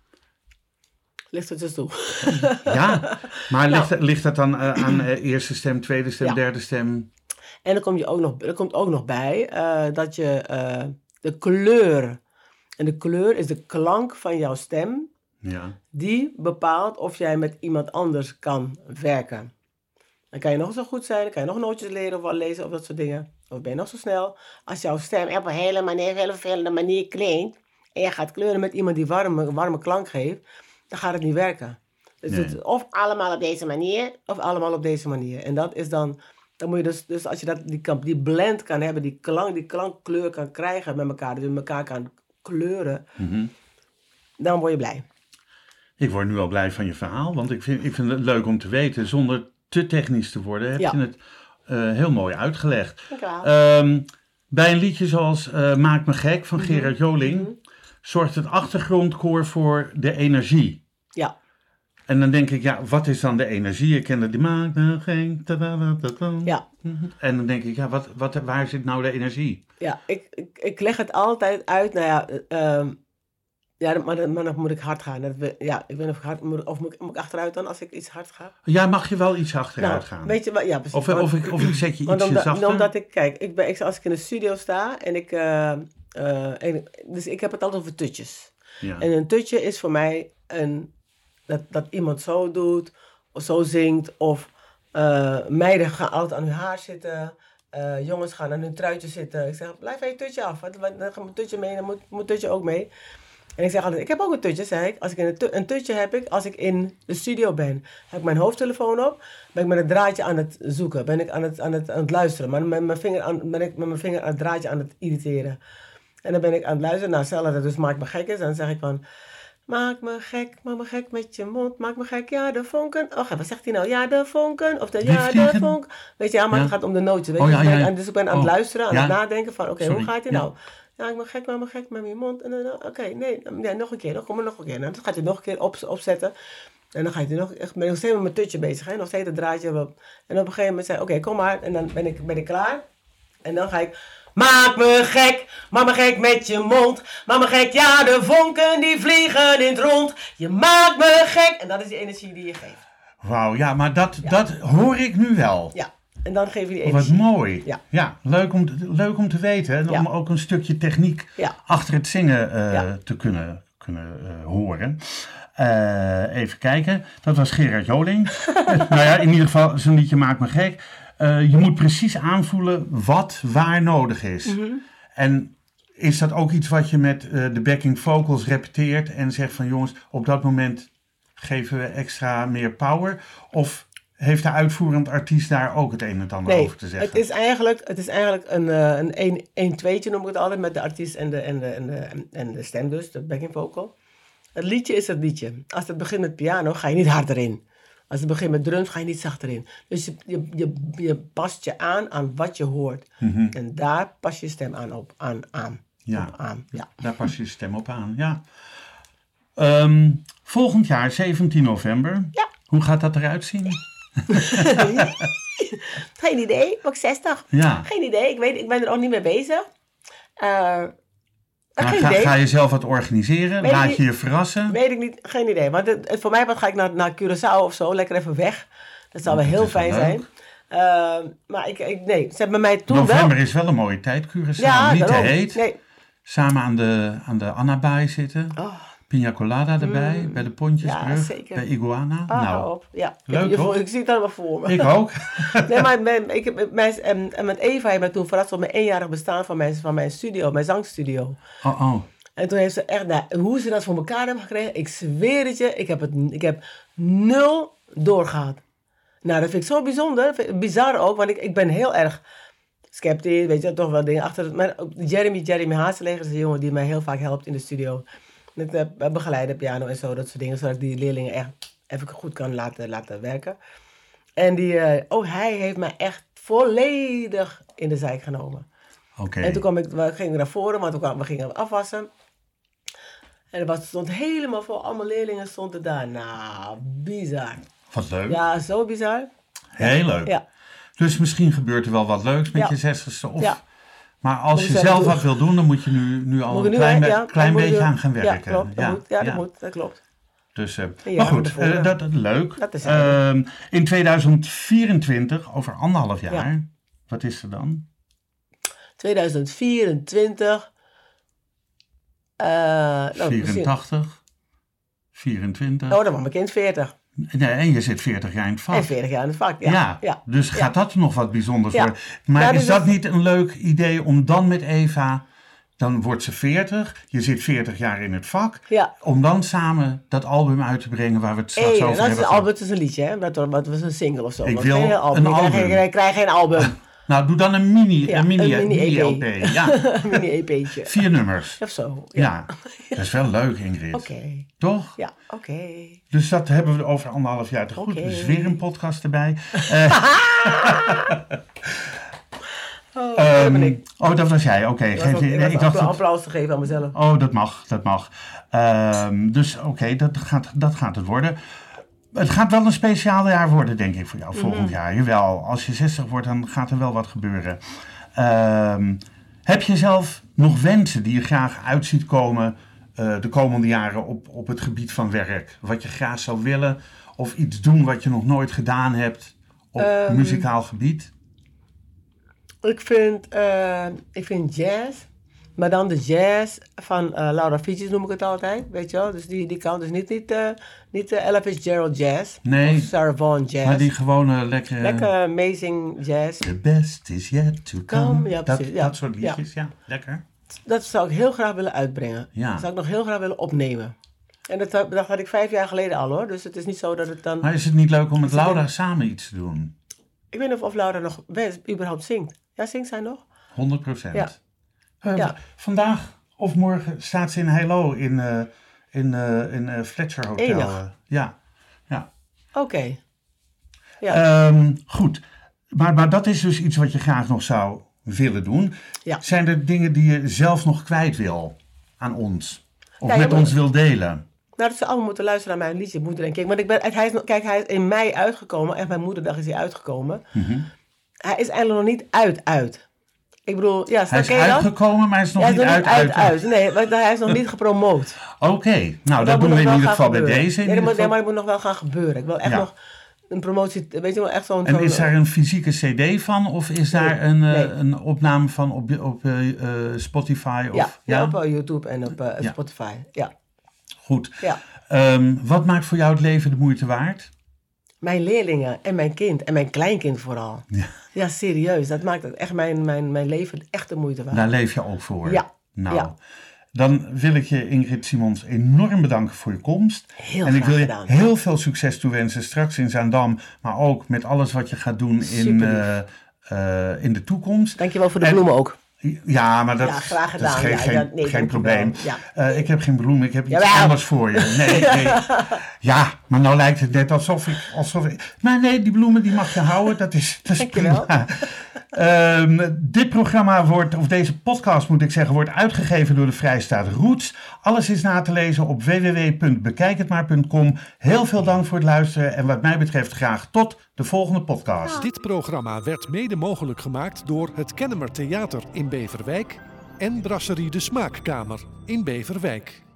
Speaker 3: Ligt het dus toe.
Speaker 2: Ja, maar ligt, het- ligt dat dan uh, aan uh, eerste stem, tweede stem,
Speaker 3: Ja.
Speaker 2: derde stem?
Speaker 3: En er komt, je ook nog, er komt ook nog bij uh, dat je uh, de kleur, en de kleur is de klank van jouw stem,
Speaker 2: Ja.
Speaker 3: die bepaalt of jij met iemand anders kan werken. Dan kan je nog zo goed zijn, dan kan je nog nootjes leren of wel lezen of dat soort dingen. Of ben je nog zo snel. Als jouw stem op een hele, manier, hele vervelende manier klinkt en je gaat kleuren met iemand die warme, warme klank geeft, dan gaat het niet werken. Dus
Speaker 2: Nee.
Speaker 3: het is of allemaal op deze manier, of allemaal op deze manier. En dat is dan, dan moet je dus, dus als je dat, die, kan, die blend kan hebben, die klank, die klankkleur kan krijgen met elkaar, dus je elkaar kan kleuren,
Speaker 2: Mhm.
Speaker 3: dan word je blij.
Speaker 2: Ik word nu al blij van je verhaal, want ik vind, ik vind het leuk om te weten. Zonder te technisch te worden heb
Speaker 3: Ja.
Speaker 2: je het uh, heel mooi uitgelegd.
Speaker 3: Dankjewel.
Speaker 2: Um, bij een liedje zoals uh, Maak me gek van Gerard Joling
Speaker 3: Mhm.
Speaker 2: zorgt het achtergrondkoor voor de energie.
Speaker 3: Ja.
Speaker 2: En dan denk ik, ja, wat is dan de energie? Ik ken dat die maak me gek. tadadadada.
Speaker 3: Ja.
Speaker 2: En dan denk ik, ja, wat, wat, waar zit nou de energie?
Speaker 3: Ja, ik, ik, ik leg het altijd uit. Nou ja, uh, um, ja maar, dan- maar dan moet ik hard gaan. Dat, we- ja, ik weet niet of ik hard moet. Of moet ik, moet ik achteruit dan als ik iets hard ga?
Speaker 2: Ja, mag je wel iets achteruit
Speaker 3: Nou,
Speaker 2: gaan?
Speaker 3: weet je wat? Ja, precies.
Speaker 2: Of,
Speaker 3: Want-
Speaker 2: of, ik, of ik zet je
Speaker 3: want
Speaker 2: ietsje
Speaker 3: omdat,
Speaker 2: zachter?
Speaker 3: omdat ik, kijk, ik ben, ik, als ik in de studio sta en ik. Uh, uh, en, dus ik heb het altijd over tutjes.
Speaker 2: Ja.
Speaker 3: En een tutje is voor mij een, dat, dat iemand zo doet, of zo zingt, of uh, meiden gaan altijd aan hun haar zitten, uh, jongens gaan aan hun truitje zitten. Ik zeg, blijf van je tutje af, want dan gaat mijn tutje mee, dan moet mijn tutje ook mee. En ik zeg altijd, ik heb ook een tutje, zeg ik. Als ik in een, tu- een tutje heb ik als ik in de studio ben. Heb ik mijn hoofdtelefoon op, ben ik met het draadje aan het zoeken. Ben ik aan het, aan het, aan het luisteren. Maar met mijn, vinger aan, ben ik met mijn vinger aan het draadje aan het irriteren. En dan ben ik aan het luisteren. Nou, stel dat het dus maak me gek is. Dan zeg ik van... Maak me gek, maak me gek met je mond. Maak me gek, ja, de vonken. Oh, wat zegt hij nou? Ja, de vonken. Of de
Speaker 2: Die
Speaker 3: ja, de
Speaker 2: vliegen.
Speaker 3: vonk. Weet je, ja, maar
Speaker 2: Ja.
Speaker 3: het gaat om de nootjes. Weet
Speaker 2: Oh,
Speaker 3: je?
Speaker 2: ja,
Speaker 3: Dus, ben
Speaker 2: ja,
Speaker 3: ik
Speaker 2: ja.
Speaker 3: aan- dus ik ben aan het
Speaker 2: Oh.
Speaker 3: luisteren, aan
Speaker 2: Ja.
Speaker 3: het nadenken van... Oké,
Speaker 2: Sorry.
Speaker 3: hoe gaat hij
Speaker 2: Ja.
Speaker 3: nou? Ja, ik ben gek, maak me gek met mijn mond. En dan, oké, okay, nee, ja, nog een keer. Dan kom er nog een keer. Nou, dan gaat hij nog een keer op, opzetten. En dan ga je nog... Ik ben nog steeds met mijn tutje bezig, hè. Nog steeds het draadje. Op. En op een gegeven moment zei oké, okay, kom maar. En dan ben ik, ben ik klaar. En dan ga ik... Maak me gek, maak me gek met je mond. Maak me gek, ja, de vonken die vliegen in het rond. Je maakt me gek. En dat is die energie die je geeft.
Speaker 2: Wauw, ja, maar dat, dat hoor ik nu wel.
Speaker 3: Ja, en dan geef je die
Speaker 2: Oh, wat
Speaker 3: energie.
Speaker 2: mooi.
Speaker 3: Ja.
Speaker 2: leuk, om te, leuk om te weten. En om
Speaker 3: Ja.
Speaker 2: ook een stukje techniek
Speaker 3: Ja.
Speaker 2: achter het zingen eh,
Speaker 3: Ja.
Speaker 2: te kunnen, kunnen eh, horen. Eh, even kijken. Dat was Gerard Joling. Nou ja, in ieder geval, zijn liedje maakt me gek. Eh, je moet precies aanvoelen wat waar nodig is.
Speaker 3: Mhm.
Speaker 2: En is dat ook iets wat je met eh, de backing vocals repeteert en zegt van jongens, op dat moment geven we extra meer power? Of heeft de uitvoerend artiest daar ook het een en het ander
Speaker 3: Nee,
Speaker 2: over te zeggen?
Speaker 3: het is eigenlijk, het is eigenlijk een, eh, een een, een tweetje noem ik het altijd, met de artiest en de, en de, en de, en de stem dus, de backing vocal. Het liedje is het liedje. Als het begint met piano, ga je niet harder in. Als het begint met drums, ga je niet zachter in. Dus je, je, je, je past je aan aan wat je hoort.
Speaker 2: Mhm.
Speaker 3: En daar pas je stem aan op. Aan, aan,
Speaker 2: Ja.
Speaker 3: op aan. Ja.
Speaker 2: Daar pas je stem op aan, ja. Ehm, volgend jaar, zeventien november.
Speaker 3: Ja.
Speaker 2: Hoe gaat dat eruit zien?
Speaker 3: Geen idee, ook zestig.
Speaker 2: Ja.
Speaker 3: Geen idee, ik, weet, ik ben er ook niet mee bezig. Uh,
Speaker 2: Maar
Speaker 3: geen
Speaker 2: ga,
Speaker 3: idee.
Speaker 2: ga je zelf wat organiseren?
Speaker 3: Weet ik
Speaker 2: Laat
Speaker 3: niet.
Speaker 2: je je verrassen?
Speaker 3: Weet ik niet, geen idee. Want het, het- voor mij wat ga ik naar, naar Curaçao of zo, lekker even weg. Dat zou wel
Speaker 2: Dat
Speaker 3: heel
Speaker 2: is wel
Speaker 3: fijn
Speaker 2: leuk.
Speaker 3: zijn. Uh, maar ik, ik, nee, ze hebben mij toen
Speaker 2: November
Speaker 3: wel...
Speaker 2: is wel een mooie tijd, Curaçao.
Speaker 3: Ja,
Speaker 2: Niet te
Speaker 3: daarom.
Speaker 2: heet.
Speaker 3: Nee.
Speaker 2: Samen aan de, aan de Anna-baai zitten.
Speaker 3: Oh,
Speaker 2: Pina colada erbij, bij de Pontjesbrug,
Speaker 3: ja, zeker.
Speaker 2: bij Iguana.
Speaker 3: ah,
Speaker 2: nou,
Speaker 3: op. Ja.
Speaker 2: leuk,
Speaker 3: ik, je,
Speaker 2: toch?
Speaker 3: ik zie het allemaal voor me.
Speaker 2: ik ook.
Speaker 3: Nee, maar mijn, ik, heb- mijn, en, en met Eva heeft mij toen verrast op mijn eenjarig bestaan van mijn, van mijn studio, mijn zangstudio.
Speaker 2: Oh, oh.
Speaker 3: En toen heeft ze echt, nou, hoe ze dat voor elkaar hebben gekregen, ik zweer het je, ik heb, het, ik heb nul doorgehad. Nou, dat vind ik zo bijzonder, vind ik bizar ook, want ik, ik ben heel erg sceptisch, weet je, toch wel dingen achter het. Maar ook Jeremy, Jeremy Hazelegger is een jongen die mij heel vaak helpt in de studio. Met uh, begeleiden, piano en zo, dat soort dingen, zodat ik die leerlingen echt even goed kan laten, laten werken. En die, uh, oh, hij heeft mij echt volledig in de zijk genomen.
Speaker 2: Oké.
Speaker 3: En toen kwam ik, we gingen naar voren, want we, kwamen, we gingen afwassen. En er was, stond helemaal vol, allemaal leerlingen stonden daar. Nou, bizar.
Speaker 2: Wat leuk.
Speaker 3: Ja, zo bizar.
Speaker 2: Heel leuk.
Speaker 3: Ja,
Speaker 2: Dus misschien gebeurt er wel wat leuks met
Speaker 3: Ja.
Speaker 2: je zestigste. Of,
Speaker 3: Ja.
Speaker 2: Maar als
Speaker 3: Moet
Speaker 2: je
Speaker 3: ik zelf
Speaker 2: zelf
Speaker 3: doen.
Speaker 2: wat wil doen, dan moet je nu, nu al
Speaker 3: Moet
Speaker 2: een
Speaker 3: ik nu,
Speaker 2: klein,
Speaker 3: hè?
Speaker 2: be-
Speaker 3: Ja,
Speaker 2: klein
Speaker 3: dan moet
Speaker 2: beetje
Speaker 3: ik-
Speaker 2: aan gaan
Speaker 3: Ja,
Speaker 2: werken.
Speaker 3: klopt. Dat moet, ja, dat moet, dat klopt.
Speaker 2: Dus, uh,
Speaker 3: Ja,
Speaker 2: maar goed,
Speaker 3: van tevoren.
Speaker 2: uh, dat is leuk.
Speaker 3: Dat is
Speaker 2: Ehm, in tweeduizend vierentwintig, over anderhalf jaar,
Speaker 3: Ja.
Speaker 2: wat is er dan?
Speaker 3: tweeduizend vierentwintig. Uh, nou, misschien-
Speaker 2: vierentachtig, vierentwintig.
Speaker 3: Oh, dan was mijn kind veertig.
Speaker 2: Nee, en je zit veertig jaar in het vak.
Speaker 3: En veertig jaar in het vak.
Speaker 2: Ja,
Speaker 3: Ja, ja.
Speaker 2: dus
Speaker 3: Ja.
Speaker 2: gaat dat nog wat bijzonders
Speaker 3: Ja.
Speaker 2: worden. Maar
Speaker 3: Ja,
Speaker 2: is
Speaker 3: dus
Speaker 2: dat
Speaker 3: het-
Speaker 2: niet een leuk idee om dan met Eva, dan wordt ze veertig, je zit veertig jaar in het vak,
Speaker 3: Ja.
Speaker 2: om dan samen dat album uit te brengen waar we het straks
Speaker 3: Hey,
Speaker 2: over
Speaker 3: dat is
Speaker 2: hebben
Speaker 3: een
Speaker 2: gehad.
Speaker 3: album, het is een liedje, hè? Dat, dat was een single of zo.
Speaker 2: Ik
Speaker 3: Maar
Speaker 2: wil
Speaker 3: geen heel album.
Speaker 2: een
Speaker 3: Ik krijg
Speaker 2: album.
Speaker 3: geen- Ik krijg geen album.
Speaker 2: Nou, doe dan een mini,
Speaker 3: Ja,
Speaker 2: een mini,
Speaker 3: een mini-E P.
Speaker 2: mini-L P. Ja,
Speaker 3: Een mini-E P'tje.
Speaker 2: vier nummers.
Speaker 3: Of zo.
Speaker 2: Ja, dat is wel leuk, Ingrid.
Speaker 3: Oké.
Speaker 2: Toch?
Speaker 3: Ja, oké.
Speaker 2: Dus dat hebben we over anderhalf jaar te goed.
Speaker 3: Oké.
Speaker 2: Er is weer een podcast erbij. Eh,
Speaker 3: Oh, dat ben ik.
Speaker 2: oh, dat was jij. Oké.
Speaker 3: Ik was
Speaker 2: Geef
Speaker 3: ook-
Speaker 2: je-
Speaker 3: ik
Speaker 2: nee,
Speaker 3: was
Speaker 2: ik dacht
Speaker 3: appla-
Speaker 2: dat-
Speaker 3: applaus te geven aan mezelf.
Speaker 2: Oh, dat mag, dat mag. Ehm, dus oké, dat, gaat, dat gaat het worden. Het gaat wel een speciaal jaar worden, denk ik, voor jou volgend jaar. Jawel, als je zestig wordt, dan gaat er wel wat gebeuren. Ehm, heb je zelf nog wensen die je graag uit ziet komen eh, de komende jaren op, op het gebied van werk? Wat je graag zou willen? Of iets doen wat je nog nooit gedaan hebt op
Speaker 3: Ehm,
Speaker 2: muzikaal gebied?
Speaker 3: Ik vind, eh, ik vind jazz, maar dan de jazz van uh, Laura Fietjes noem ik het altijd, weet je wel. Dus die, die kan dus niet, niet, uh, niet uh, Ella Fitzgerald jazz
Speaker 2: Nee,
Speaker 3: of Sarah Vaughan jazz.
Speaker 2: maar die gewone lekkere...
Speaker 3: Lekker amazing jazz.
Speaker 2: The best is yet to come.
Speaker 3: Come, ja,
Speaker 2: dat,
Speaker 3: precies, ja.
Speaker 2: dat soort liedjes, ja. Lekker.
Speaker 3: dat zou ik heel graag willen uitbrengen.
Speaker 2: Ja.
Speaker 3: Dat zou ik nog heel graag willen opnemen. En dat, dat had ik vijf jaar geleden al hoor. Dus het is niet zo dat het dan...
Speaker 2: Maar is het niet leuk om met
Speaker 3: Is het
Speaker 2: Laura
Speaker 3: een-
Speaker 2: samen iets te doen?
Speaker 3: Ik weet niet of, of Laura nog best, überhaupt zingt. Ja, zingt zij nog?
Speaker 2: honderd procent.
Speaker 3: Ja.
Speaker 2: Eh,
Speaker 3: Ja.
Speaker 2: Vandaag of morgen staat ze in Heilo in, uh, in, uh, in uh, Fletcher Hotel.
Speaker 3: Enig.
Speaker 2: Uh, ja. ja.
Speaker 3: Oké. Ja.
Speaker 2: Um, goed. Maar, maar dat is dus iets wat je graag nog zou willen doen.
Speaker 3: Ja.
Speaker 2: Zijn er dingen die je zelf nog kwijt wil aan ons? Of
Speaker 3: Ja, je
Speaker 2: met
Speaker 3: moet-
Speaker 2: ons wil delen?
Speaker 3: Nou, dat ze allemaal moeten luisteren naar mijn liedje, Moeder en Kind. Want ik ben, hij is, nog- kijk, hij is in mei uitgekomen. En mijn moederdag is hij uitgekomen.
Speaker 2: Mm-hmm.
Speaker 3: Hij is eigenlijk nog niet uit, uit. Ik bedoel, ja,
Speaker 2: Hij
Speaker 3: snap
Speaker 2: is
Speaker 3: je dat?
Speaker 2: uitgekomen, maar hij is nog
Speaker 3: Ja, hij
Speaker 2: niet
Speaker 3: is
Speaker 2: uit.
Speaker 3: nog niet uit,
Speaker 2: uit,
Speaker 3: uit. Nee, want hij is nog niet gepromoot.
Speaker 2: Oké, nou dat,
Speaker 3: moet
Speaker 2: doen we
Speaker 3: nog
Speaker 2: in
Speaker 3: wel
Speaker 2: ieder
Speaker 3: gaan
Speaker 2: geval bij
Speaker 3: gebeuren.
Speaker 2: deze. In
Speaker 3: Ja,
Speaker 2: ieder
Speaker 3: dat moet,
Speaker 2: geval.
Speaker 3: ja, maar dat moet nog wel gaan gebeuren. Ik wil echt
Speaker 2: Ja.
Speaker 3: nog een promotie, weet je wel, echt zo'n...
Speaker 2: En
Speaker 3: zo'n-
Speaker 2: is daar een fysieke cd van? Of is daar een, eh,
Speaker 3: nee.
Speaker 2: een opname van op, op eh, eh, Spotify? Of,
Speaker 3: Ja, ja, op eh, YouTube en op eh,
Speaker 2: Ja.
Speaker 3: Spotify. Ja,
Speaker 2: Goed.
Speaker 3: ja.
Speaker 2: Ehm, wat maakt voor jou het leven de moeite waard?
Speaker 3: Mijn leerlingen en mijn kind en mijn kleinkind vooral.
Speaker 2: Ja.
Speaker 3: Ja, serieus. Dat maakt het echt mijn, mijn, mijn leven echt de moeite waard.
Speaker 2: Daar leef je ook voor.
Speaker 3: Ja,
Speaker 2: Nou,
Speaker 3: ja.
Speaker 2: dan wil ik je, Ingrid Simons, enorm bedanken voor je komst.
Speaker 3: Heel
Speaker 2: en ik
Speaker 3: graag
Speaker 2: wil je
Speaker 3: gedaan.
Speaker 2: heel veel succes toewensen straks in Zaandam, maar ook met alles wat je gaat doen in,
Speaker 3: Superlief.
Speaker 2: eh, eh, in de toekomst.
Speaker 3: Dankjewel voor de
Speaker 2: En-
Speaker 3: bloemen ook.
Speaker 2: Ja, maar dat,
Speaker 3: Ja, graag
Speaker 2: dat is
Speaker 3: gedaan.
Speaker 2: geen,
Speaker 3: Ja,
Speaker 2: geen,
Speaker 3: ja, nee,
Speaker 2: geen
Speaker 3: dankjewel.
Speaker 2: probleem.
Speaker 3: Ja.
Speaker 2: Eh, ik heb geen bloemen, ik heb iets
Speaker 3: Jawel.
Speaker 2: anders voor je. Nee, nee. Ja, maar nou lijkt het net alsof ik... Alsof ik maar nee, die bloemen die mag je houden, dat is, dat is
Speaker 3: Dankjewel.
Speaker 2: prima. Ehm, dit programma wordt, of deze podcast moet ik zeggen, wordt uitgegeven door de Vrijstaat Roots. Alles is na te lezen op w w w punt bekijk het maar punt com. Heel veel dank voor het luisteren en wat mij betreft graag tot de volgende podcast.
Speaker 1: Dit programma werd mede mogelijk gemaakt door het Kennemer Theater in Beverwijk en Brasserie de Smaakkamer in Beverwijk.